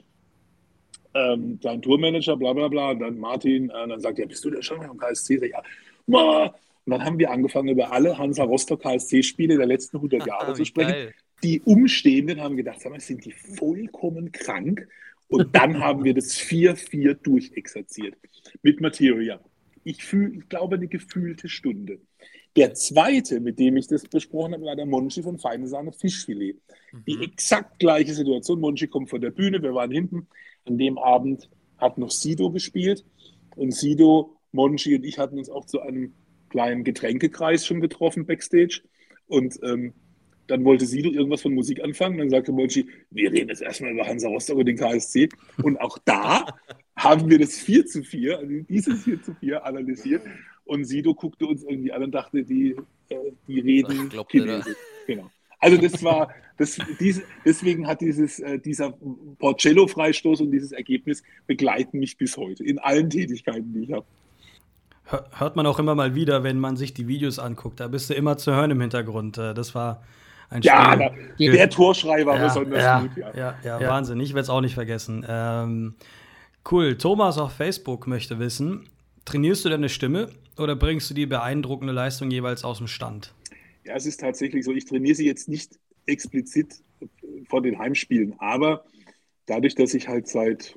Sein Tourmanager, bla bla bla, und dann Martin, dann sagt er, bist du der schon vom KSC? Sag ich, ja, Und dann haben wir angefangen, über alle Hansa Rostock KSC-Spiele der letzten 100 Jahre zu Wie sprechen. geil. Die Umstehenden haben gedacht, sag mal, sind die vollkommen krank? Und dann haben wir das 4-4 durchexerziert mit Materia. Ich glaube, eine gefühlte Stunde. Der zweite, mit dem ich das besprochen habe, war der Monchi von Feine Sahne Fischfilet. Die exakt gleiche Situation. Monchi kommt von der Bühne, wir waren hinten. An dem Abend hat noch Sido gespielt. Und Sido, Monchi und ich hatten uns auch zu einem kleinen Getränkekreis schon getroffen backstage. Und dann wollte Sido irgendwas von Musik anfangen. Dann sagte Monchi, wir reden jetzt erstmal über Hansa Rostock und den KSC. Und auch da haben wir das 4-4, also dieses 4-4 analysiert. Und Sido guckte uns irgendwie an und dachte, die reden Chinesisch. Genau. Also deswegen hat dieser Porcello-Freistoß und dieses Ergebnis begleiten mich bis heute in allen Tätigkeiten, die ich habe. Hört man auch immer mal wieder, wenn man sich die Videos anguckt. Da bist du immer zu hören im Hintergrund. Das war ein Spiel. Ja, der Torschrei war besonders gut. Ja, Wahnsinn. Ich werde es auch nicht vergessen. Cool. Thomas auf Facebook möchte wissen, trainierst du deine Stimme oder bringst du die beeindruckende Leistung jeweils aus dem Stand? Ja, es ist tatsächlich so. Ich trainiere sie jetzt nicht explizit vor den Heimspielen, aber dadurch, dass ich halt seit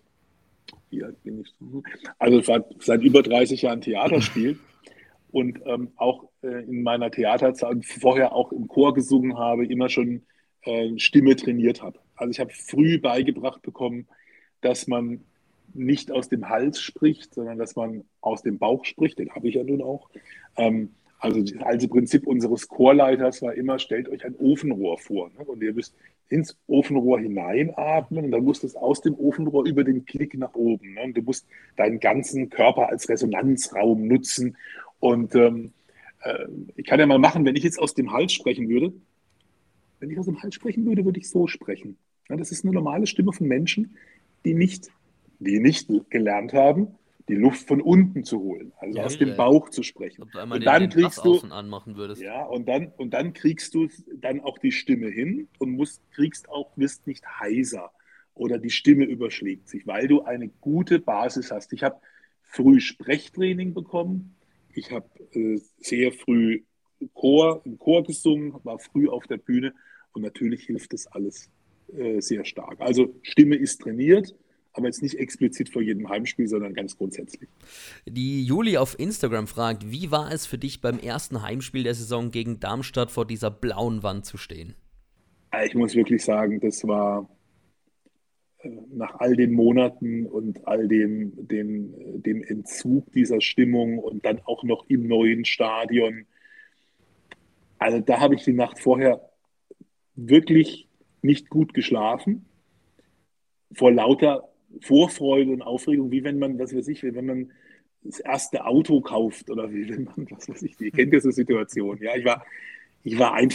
über 30 Jahren Theater spiele und auch in meiner Theaterzeit vorher auch im Chor gesungen habe, immer schon Stimme trainiert habe. Also ich habe früh beigebracht bekommen, dass man nicht aus dem Hals spricht, sondern dass man aus dem Bauch spricht. Den habe ich ja nun auch. Also das alte Prinzip unseres Chorleiters war immer, stellt euch ein Ofenrohr vor. Ne? Und ihr müsst ins Ofenrohr hineinatmen und dann musst du es aus dem Ofenrohr über den Klick nach oben. Ne? Und du musst deinen ganzen Körper als Resonanzraum nutzen. Und ich kann ja mal machen, wenn ich jetzt aus dem Hals sprechen würde. Wenn ich aus dem Hals sprechen würde, würde ich so sprechen. Ja, das ist eine normale Stimme von Menschen, die nicht gelernt haben, die Luft von unten zu holen, also aus dem Bauch zu sprechen. Ob du einmal den kriegst du anmachen würdest. Ja, und dann kriegst du dann auch die Stimme hin und wirst nicht heiser oder die Stimme überschlägt sich, weil du eine gute Basis hast. Ich habe früh Sprechtraining bekommen, ich habe sehr früh im Chor gesungen, war früh auf der Bühne und natürlich hilft das alles sehr stark. Also Stimme ist trainiert, aber jetzt nicht explizit vor jedem Heimspiel, sondern ganz grundsätzlich. Die Juli auf Instagram fragt, wie war es für dich beim ersten Heimspiel der Saison gegen Darmstadt vor dieser blauen Wand zu stehen? Ich muss wirklich sagen, das war nach all den Monaten und all dem Entzug dieser Stimmung und dann auch noch im neuen Stadion. Also da habe ich die Nacht vorher wirklich nicht gut geschlafen. Vor lauter Vorfreude und Aufregung, wie wenn man, wenn man das erste Auto kauft oder wie wenn man, ihr kennt ja so Situationen. Ja, ich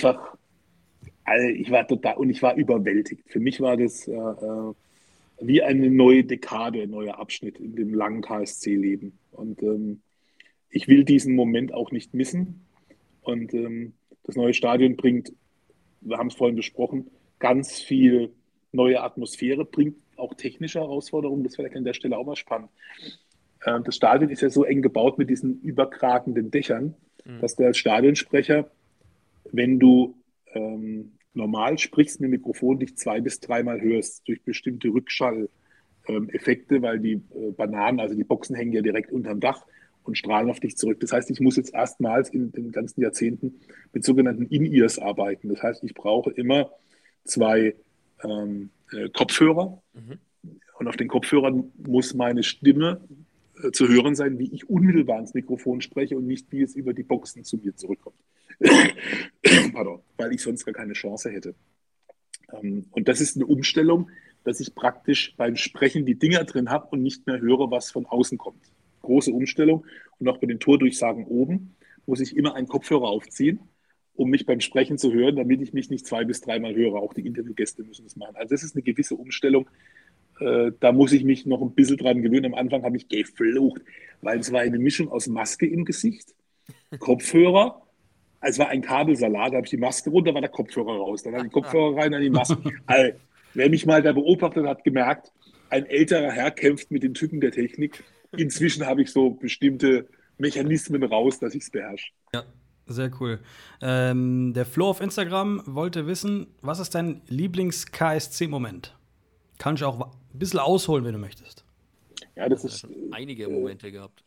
war überwältigt. Für mich war das wie eine neue Dekade, ein neuer Abschnitt in dem langen KSC-Leben. Und ich will diesen Moment auch nicht missen. Und das neue Stadion bringt, wir haben es vorhin besprochen, ganz viel neue Atmosphäre, bringt auch technische Herausforderungen, das wäre an der Stelle auch mal spannend. Das Stadion ist ja so eng gebaut mit diesen überkragenden Dächern, dass du als Stadionsprecher, wenn du normal sprichst mit dem Mikrofon, dich 2- bis 3-mal hörst durch bestimmte Rückschall-Effekte, weil die Bananen, also die Boxen hängen ja direkt unterm Dach und strahlen auf dich zurück. Das heißt, ich muss jetzt erstmals in den ganzen Jahrzehnten mit sogenannten In-Ears arbeiten. Das heißt, ich brauche immer 2 Kopfhörer und auf den Kopfhörern muss meine Stimme zu hören sein, wie ich unmittelbar ins Mikrofon spreche und nicht, wie es über die Boxen zu mir zurückkommt. Pardon, weil ich sonst gar keine Chance hätte. Und das ist eine Umstellung, dass ich praktisch beim Sprechen die Dinger drin habe und nicht mehr höre, was von außen kommt. Große Umstellung. Und auch bei den Tordurchsagen oben muss ich immer einen Kopfhörer aufziehen, um mich beim Sprechen zu hören, damit ich mich nicht 2- bis 3-mal höre. Auch die Interviewgäste müssen das machen. Also das ist eine gewisse Umstellung. Da muss ich mich noch ein bisschen dran gewöhnen. Am Anfang habe ich geflucht, weil es war eine Mischung aus Maske im Gesicht, Kopfhörer, es war ein Kabelsalat, da habe ich die Maske runter, war der Kopfhörer raus. Dann habe ich die Kopfhörer rein, dann die Maske. Also, wer mich mal da beobachtet hat, gemerkt, ein älterer Herr kämpft mit den Tücken der Technik. Inzwischen habe ich so bestimmte Mechanismen raus, dass ich es beherrsche. Sehr cool. Der Flo auf Instagram wollte wissen, was ist dein Lieblings-KSC-Moment? Kann ich auch ein bisschen ausholen, wenn du möchtest. Ja, das Ja, ist, schon einige Momente gehabt.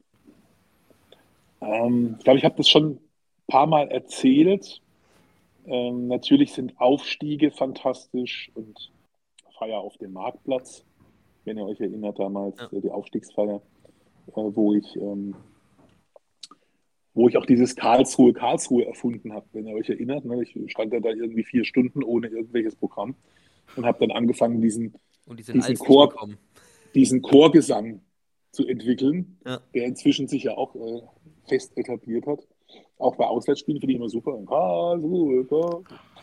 ich glaube, ich habe das schon ein paar Mal erzählt. Natürlich sind Aufstiege fantastisch und Feier auf dem Marktplatz, wenn ihr euch erinnert, damals Ja. die Aufstiegsfeier, wo ich auch dieses Karlsruhe erfunden habe, wenn ihr euch erinnert. Ne? Ich stand ja da irgendwie 4 Stunden ohne irgendwelches Programm und habe dann angefangen, Und die sind diesen als nicht Chor, gekommen. diesen Chorgesang zu entwickeln, Ja. der inzwischen sich ja auch fest etabliert hat. Auch bei Auswärtsspielen finde ich immer super. Karlsruhe.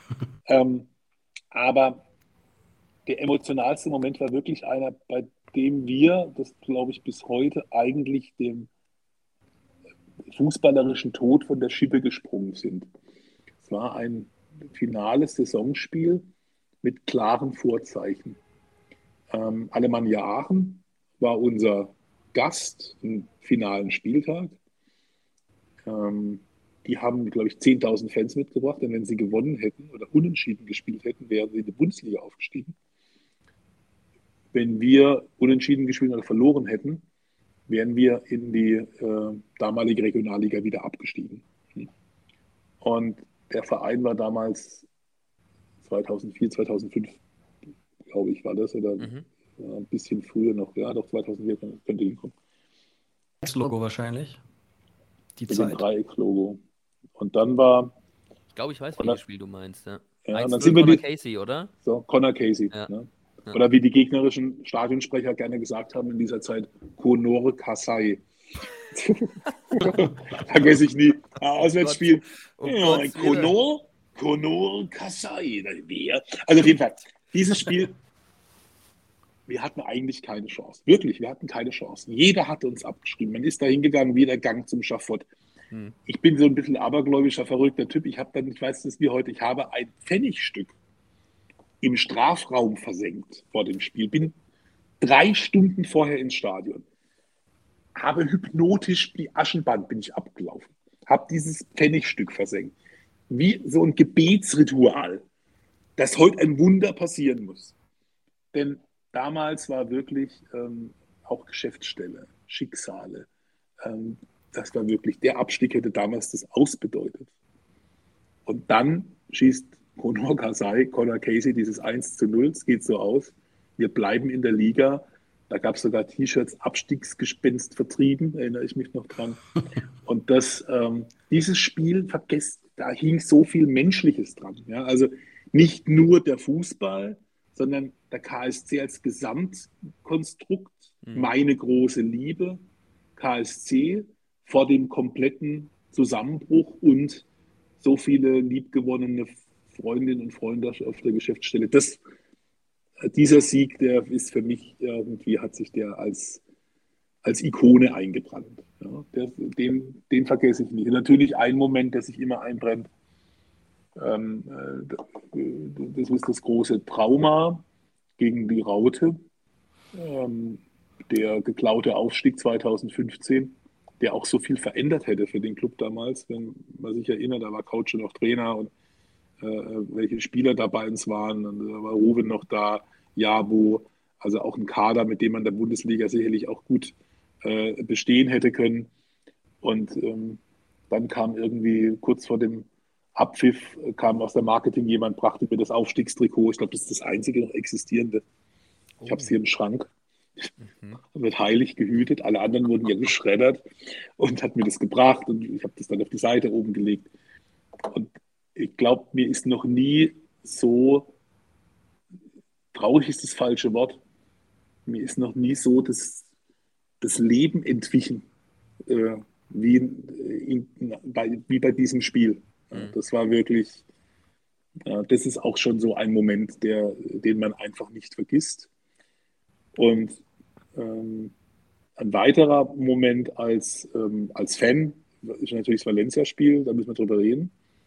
Aber der emotionalste Moment war wirklich einer, bei dem wir, das glaube ich bis heute, eigentlich dem fußballerischen Tod von der Schippe gesprungen sind. Es war ein finales Saisonspiel mit klaren Vorzeichen. Alemannia Aachen war unser Gast im finalen Spieltag. Die haben, glaube ich, 10.000 Fans mitgebracht, denn wenn sie gewonnen hätten oder unentschieden gespielt hätten, wären sie in die Bundesliga aufgestiegen. Wenn wir unentschieden gespielt oder verloren hätten, wären wir in die damalige Regionalliga wieder abgestiegen. Und der Verein war damals 2004, 2005, glaube ich, war das, oder ein bisschen früher noch. Ja, doch 2004 könnte hinkommen. Das Logo wahrscheinlich. Die Mit dem Zeit. Dreieckslogo. Und dann war, Ich glaube, ich weiß, Und welches dann- Spiel du meinst. Ja. ja, und 1-0 dann sind wir Conor die, Casey, oder? so, Conor Casey. Ja. Ne? Ja. Oder wie die gegnerischen Stadionsprecher gerne gesagt haben in dieser Zeit, Konore Kasai. Vergesse ich nie. Auswärtsspiel. Um Ja, Gottes Willen. Konore Kasai. Also auf jeden Fall, dieses Spiel, wir hatten eigentlich keine Chance. Wirklich, wir hatten keine Chance. Jeder hatte uns abgeschrieben. Man ist da hingegangen wie der Gang zum Schafott. Ich bin so ein bisschen abergläubischer, verrückter Typ. Ich weiß das wie heute, ich habe ein Pfennigstück im Strafraum versenkt vor dem Spiel. Bin 3 Stunden vorher ins Stadion. Habe hypnotisch die Aschenbahn bin ich abgelaufen. Habe dieses Pfennigstück versenkt. Wie so ein Gebetsritual, dass heute ein Wunder passieren muss. Denn damals war wirklich auch Geschäftsstelle, Schicksale. Das war wirklich, der Abstieg hätte damals das ausbedeutet. Und dann schießt Conor Casey dieses 1:0. Es geht so aus. Wir bleiben in der Liga. Da gab es sogar T-Shirts, Abstiegsgespenst vertrieben, erinnere ich mich noch dran. Und dieses Spiel, da hing so viel Menschliches dran. Ja? Also nicht nur der Fußball, sondern der KSC als Gesamtkonstrukt, meine große Liebe, KSC vor dem kompletten Zusammenbruch und so viele liebgewonnene Freundinnen und Freunde auf der Geschäftsstelle. Dieser Sieg, der ist für mich irgendwie, hat sich der als Ikone eingebrannt. Ja, den vergesse ich nicht. Natürlich ein Moment, der sich immer einbrennt, das ist das große Trauma gegen die Raute, der geklaute Aufstieg 2015, der auch so viel verändert hätte für den Club damals, wenn man sich erinnert, da war Couch noch Trainer und welche Spieler da bei uns waren. Und da war Ruven noch da, Jabo, also auch ein Kader, mit dem man der Bundesliga sicherlich auch gut bestehen hätte können. Und dann kam irgendwie kurz vor dem Abpfiff, kam aus der Marketing jemand, brachte mir das Aufstiegstrikot. Ich glaube, das ist das einzige noch existierende. Ich habe es hier im Schrank. Wird heilig gehütet. Alle anderen wurden ja geschreddert und hat mir das gebracht. Und ich habe das dann auf die Seite oben gelegt. Und ich glaube, mir ist noch nie so, traurig ist das falsche Wort, mir ist noch nie so das Leben entwichen, wie bei diesem Spiel. Das war wirklich, das ist auch schon so ein Moment, den man einfach nicht vergisst. Und ein weiterer Moment als Fan ist natürlich das Valencia-Spiel, da müssen wir drüber reden.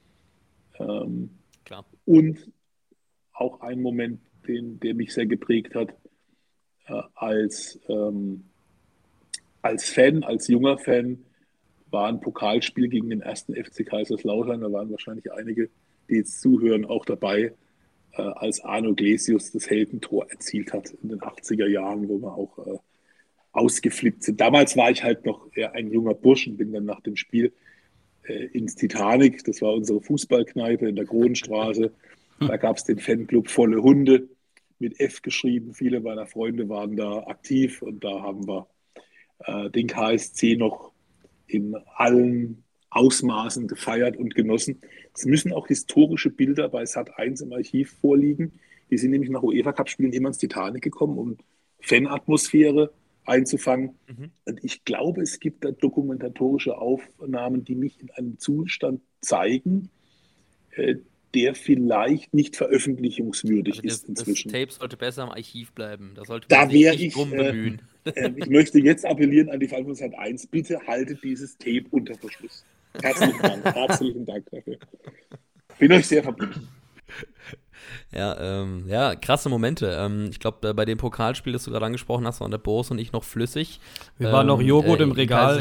Klar. Und auch ein Moment, der mich sehr geprägt hat, als Fan, als junger Fan, war ein Pokalspiel gegen den ersten FC Kaiserslautern. Da waren wahrscheinlich einige, die jetzt zuhören, auch dabei, als Arno Glesius das Heldentor erzielt hat in den 80er Jahren, wo wir auch ausgeflippt sind. Damals war ich halt noch eher ein junger Bursch und bin dann nach dem Spiel ins Titanic. Das war unsere Fußballkneipe in der Kronenstraße. Da gab es den Fanclub Volle Hunde mit F geschrieben. Viele meiner Freunde waren da aktiv und da haben wir den KSC noch in allen Ausmaßen gefeiert und genossen. Es müssen auch historische Bilder bei Sat.1 im Archiv vorliegen. Die sind nämlich nach UEFA-Cup-Spielen immer ins Titanic gekommen, um Fanatmosphäre einzufangen. Und ich glaube, es gibt da dokumentatorische Aufnahmen, die mich in einem Zustand zeigen, der vielleicht nicht veröffentlichungswürdig ist inzwischen. Das Tape sollte besser im Archiv bleiben. Da sollte Da man sich wäre nicht ich, drum bemühen. Ich möchte jetzt appellieren an die Vereinigung Sat.1, bitte haltet dieses Tape unter Verschluss. Herzlichen Dank dafür. Bin euch sehr verbunden. Ja, krasse Momente. Ich glaube, bei dem Pokalspiel, das du gerade angesprochen hast, waren der Boris und ich noch flüssig. Wir waren noch Joghurt im Regal.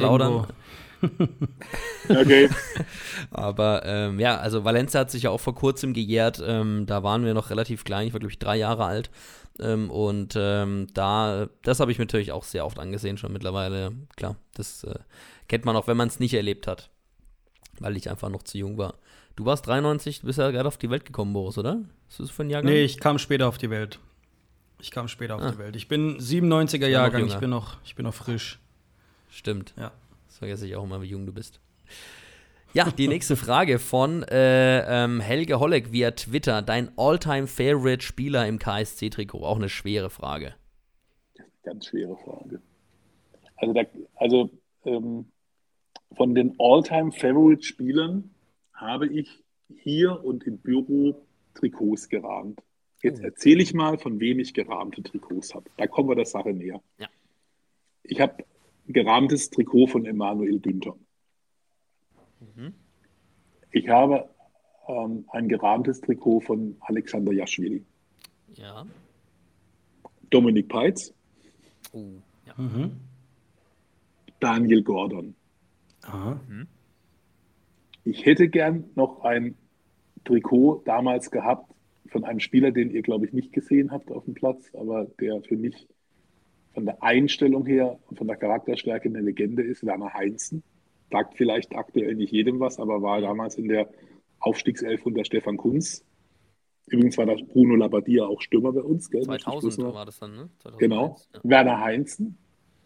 Okay. Aber ja, also Valencia hat sich ja auch vor kurzem gejährt. Da waren wir noch relativ klein. Ich war, glaube ich, 3 Jahre alt. Das habe ich mir natürlich auch sehr oft angesehen, schon mittlerweile. Klar, das kennt man auch, wenn man es nicht erlebt hat. Weil ich einfach noch zu jung war. Du warst 93, du bist ja gerade auf die Welt gekommen, Boris, oder? Ist das für ein Jahrgang? Nee, ich kam später auf die Welt. Ich bin 97er Jahrgang, ich bin noch frisch. Stimmt. Ja. Das vergesse ich auch immer, wie jung du bist. Ja, die nächste Frage von Helge Holleck via Twitter. Dein All-Time-Favorite-Spieler im KSC-Trikot? Auch eine schwere Frage. Ganz schwere Frage. Also von den All-Time-Favorite-Spielern habe ich hier und im Büro Trikots gerahmt. Jetzt erzähle ich mal, von wem ich gerahmte Trikots habe. Da kommen wir der Sache näher. Ja. Ich habe ein gerahmtes Trikot von Emanuel Günther. Ich habe ein gerahmtes Trikot von Alexander Jaschwili. Ja. Dominik Peitz. Ja. Daniel Gordon. Aha. Ich hätte gern noch ein Trikot damals gehabt von einem Spieler, den ihr, glaube ich, nicht gesehen habt auf dem Platz, aber der für mich von der Einstellung her und von der Charakterstärke eine Legende ist, Werner Heinzen. Sagt vielleicht aktuell nicht jedem was, aber war damals in der Aufstiegself unter Stefan Kunz. Übrigens war da Bruno Labbadia auch Stürmer bei uns. Gell? 2000 war das dann, ne? 2001, genau. Ja. Werner Heinzen.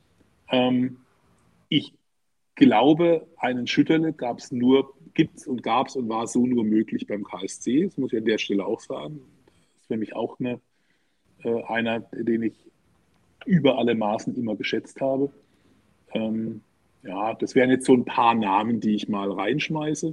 Ich glaube, einen Schütterle gab es und war so nur möglich beim KSC. Das muss ich an der Stelle auch sagen. Das ist für mich auch einer, den ich über alle Maßen immer geschätzt habe. Ja, das wären jetzt so ein paar Namen, die ich mal reinschmeiße.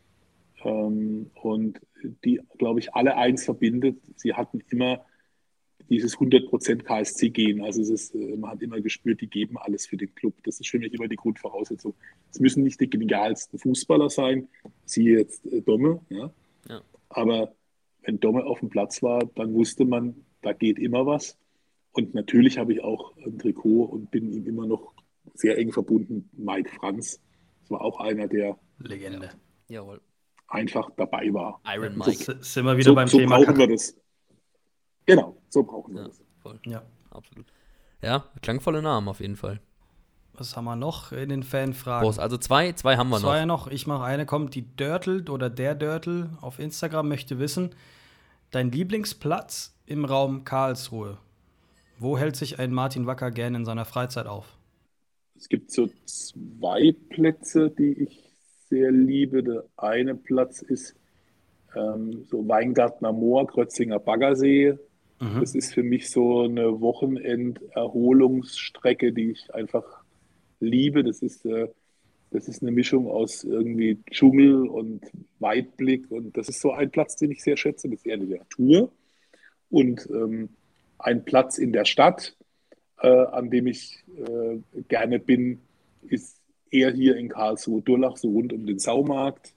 Und die, glaube ich, alle eins verbindet. Sie hatten immer dieses 100% KSC-Gehen. Also man hat immer gespürt, die geben alles für den Club. Das ist für mich immer die Grundvoraussetzung. Es müssen nicht die genialsten Fußballer sein, siehe jetzt Domme. Ja? Ja. Aber wenn Domme auf dem Platz war, dann wusste man, da geht immer was. Und natürlich habe ich auch ein Trikot und bin ihm immer noch sehr eng verbunden. Mike Franz. Das war auch einer, der Legende. Jawohl. einfach dabei war. Iron Mike. Sind wir wieder beim Thema. So brauchen wir das. Genau, so brauchen wir das. Voll. Ja. Absolut. Ja, klangvolle Namen auf jeden Fall. Was haben wir noch in den Fanfragen? Prost, also zwei haben wir noch. Zwei noch. Ich mache eine. Kommt die Dörtel oder der Dörtel auf Instagram möchte wissen, dein Lieblingsplatz im Raum Karlsruhe. Wo hält sich ein Martin Wacker gern in seiner Freizeit auf? Es gibt so 2 Plätze, die ich sehr liebe. Der eine Platz ist so Weingartner Moor, Krötzinger Baggersee. Das ist für mich so eine Wochenend-Erholungsstrecke, die ich einfach liebe. Das ist eine Mischung aus irgendwie Dschungel und Weitblick. Und das ist so ein Platz, den ich sehr schätze. Das ist eher eine Natur. Und ein Platz in der Stadt, an dem ich gerne bin, ist eher hier in Karlsruhe-Durlach, so rund um den Saumarkt.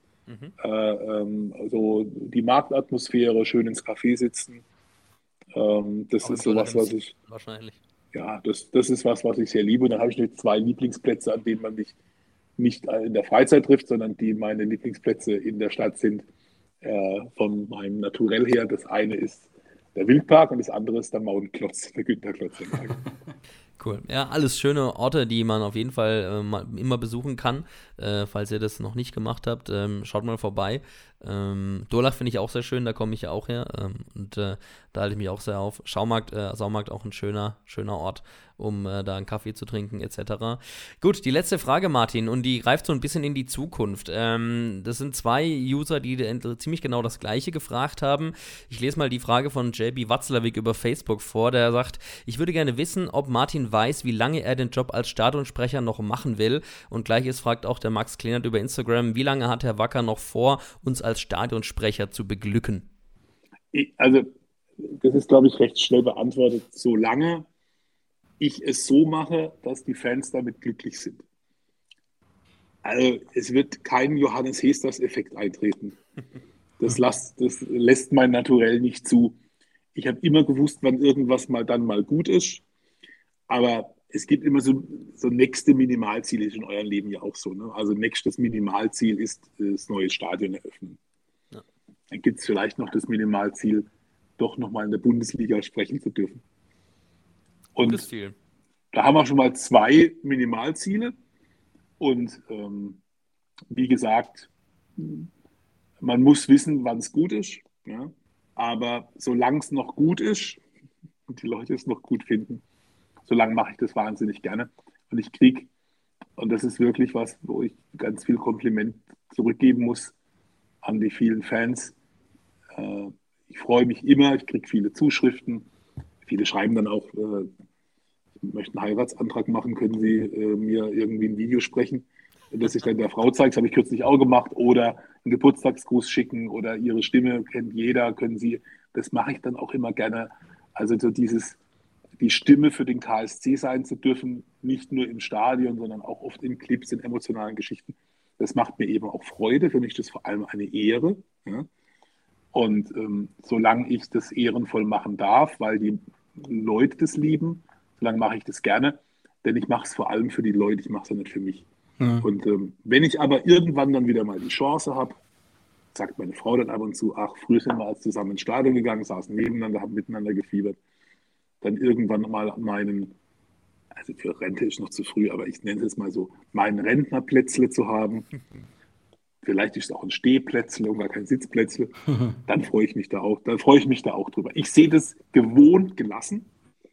So die Marktatmosphäre, schön ins Café sitzen. Das ist sowas, was ich. Wahrscheinlich. Ja, das ist was ich sehr liebe. Und dann habe ich noch 2 Lieblingsplätze, an denen man mich nicht in der Freizeit trifft, sondern die meine Lieblingsplätze in der Stadt sind, von meinem Naturell her. Das eine ist der Wildpark und das andere ist der Mauenklotz, der Günter Klotz. Cool. Ja, alles schöne Orte, die man auf jeden Fall immer besuchen kann. Falls ihr das noch nicht gemacht habt, schaut mal vorbei. Durlach finde ich auch sehr schön, da komme ich ja auch her. Und da halte ich mich auch sehr auf. Saumarkt auch ein schöner Ort, um da einen Kaffee zu trinken etc. Gut, die letzte Frage, Martin, und die greift so ein bisschen in die Zukunft. Das sind 2 User, die ziemlich genau das Gleiche gefragt haben. Ich lese mal die Frage von JB Watzlawick über Facebook vor, der sagt, ich würde gerne wissen, ob Martin weiß, wie lange er den Job als Stadionsprecher noch machen will. Und gleiches fragt auch der Max Klehnert über Instagram, wie lange hat Herr Wacker noch vor, uns als Stadionsprecher zu beglücken? Also, das ist, glaube ich, recht schnell beantwortet. Solange ich es so mache, dass die Fans damit glücklich sind. Also, es wird kein Johannes Hesters-Effekt eintreten. Das lässt mein Naturell nicht zu. Ich habe immer gewusst, wann irgendwas dann mal gut ist. Aber es gibt immer so nächste Minimalziele, ist in eurem Leben ja auch so. Ne? Also nächstes Minimalziel ist das neue Stadion eröffnen. Ja. Dann gibt es vielleicht noch das Minimalziel, doch nochmal in der Bundesliga sprechen zu dürfen. Und gutes Ziel. Da haben wir schon mal 2 Minimalziele. Und wie gesagt, man muss wissen, wann es gut ist. Ja? Aber solange es noch gut ist und die Leute es noch gut finden, solange mache ich das wahnsinnig gerne. Und ich kriege, und das ist wirklich was, wo ich ganz viel Kompliment zurückgeben muss an die vielen Fans. Ich freue mich immer, ich kriege viele Zuschriften. Viele schreiben dann auch, ich möchte einen Heiratsantrag machen, können Sie mir irgendwie ein Video sprechen, das ich dann der Frau zeige. Das habe ich kürzlich auch gemacht. Oder einen Geburtstagsgruß schicken oder Ihre Stimme kennt jeder, können Sie. Das mache ich dann auch immer gerne. Also so die Stimme für den KSC sein zu dürfen, nicht nur im Stadion, sondern auch oft in Clips, in emotionalen Geschichten. Das macht mir eben auch Freude. Für mich ist das vor allem eine Ehre. Ja? Und solange ich das ehrenvoll machen darf, weil die Leute das lieben, solange mache ich das gerne. Denn ich mache es vor allem für die Leute, ich mache es ja nicht für mich. Ja. Und wenn ich aber irgendwann dann wieder mal die Chance habe, sagt meine Frau dann ab und zu, ach, früher sind wir als zusammen ins Stadion gegangen, saßen nebeneinander, haben miteinander gefiebert. Dann irgendwann mal also für Rente ist noch zu früh, aber ich nenne es jetzt mal so, mein Rentnerplätzle zu haben. Vielleicht ist es auch ein Stehplätzle und gar kein Sitzplätzle. Dann freue ich mich da auch drüber. Ich sehe das gewohnt gelassen.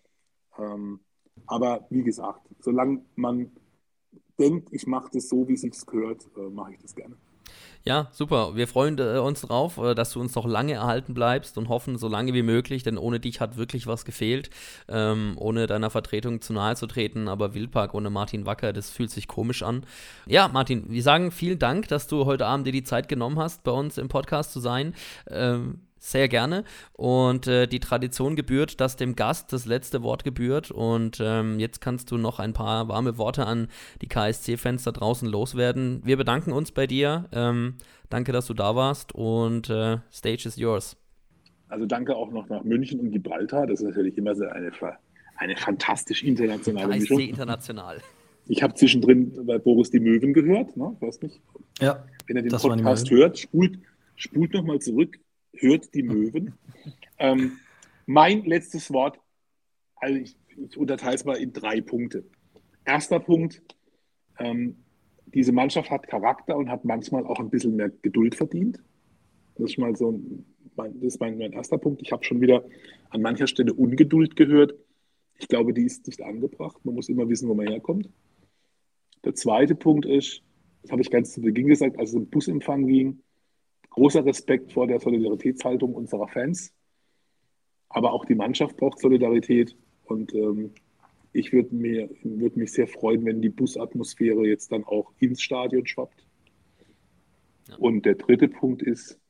Aber wie gesagt, solange man denkt, ich mache das so, wie es sich gehört, mache ich das gerne. Ja, super. Wir freuen uns drauf, dass du uns noch lange erhalten bleibst und hoffen, so lange wie möglich, denn ohne dich hat wirklich was gefehlt, ohne deiner Vertretung zu nahe zu treten, aber Wildpark ohne Martin Wacker, das fühlt sich komisch an. Ja, Martin, wir sagen vielen Dank, dass du heute Abend dir die Zeit genommen hast, bei uns im Podcast zu sein. Sehr gerne. Und die Tradition gebührt, dass dem Gast das letzte Wort gebührt. Und jetzt kannst du noch ein paar warme Worte an die KSC-Fans da draußen loswerden. Wir bedanken uns bei dir. Danke, dass du da warst. Und Stage is yours. Also danke auch noch nach München und Gibraltar. Das ist natürlich immer so eine fantastisch internationale KSC Mischung. International. Ich habe zwischendrin bei Boris die Möwen gehört. Ne? Ich weiß nicht. Ja, wenn ihr den Podcast hört, spult nochmal zurück. Hört die Möwen. Mein letztes Wort, also ich unterteile es mal in 3 Punkte. Erster Punkt, diese Mannschaft hat Charakter und hat manchmal auch ein bisschen mehr Geduld verdient. Das ist mal so mein erster Punkt. Ich habe schon wieder an mancher Stelle Ungeduld gehört. Ich glaube, die ist nicht angebracht. Man muss immer wissen, wo man herkommt. Der zweite Punkt ist, das habe ich ganz zu Beginn gesagt, als es um Busempfang ging, großer Respekt vor der Solidaritätshaltung unserer Fans. Aber auch die Mannschaft braucht Solidarität. Und ich würde mich sehr freuen, wenn die Busatmosphäre jetzt dann auch ins Stadion schwappt. Ja. Und der dritte Punkt ist,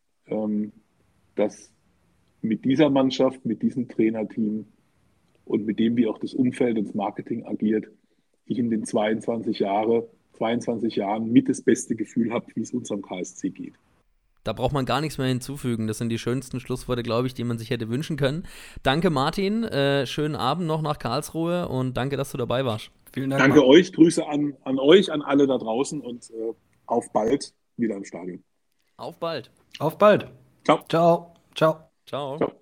dass mit dieser Mannschaft, mit diesem Trainerteam und mit dem, wie auch das Umfeld und das Marketing agiert, ich in den 22 Jahren mit das beste Gefühl habe, wie es unserem KSC geht. Da braucht man gar nichts mehr hinzufügen. Das sind die schönsten Schlussworte, glaube ich, die man sich hätte wünschen können. Danke, Martin. Schönen Abend noch nach Karlsruhe und danke, dass du dabei warst. Vielen Dank. Danke euch, Grüße an euch, an alle da draußen und auf bald wieder im Stadion. Auf bald. Auf bald. Ciao. Ciao. Ciao. Ciao. Ciao.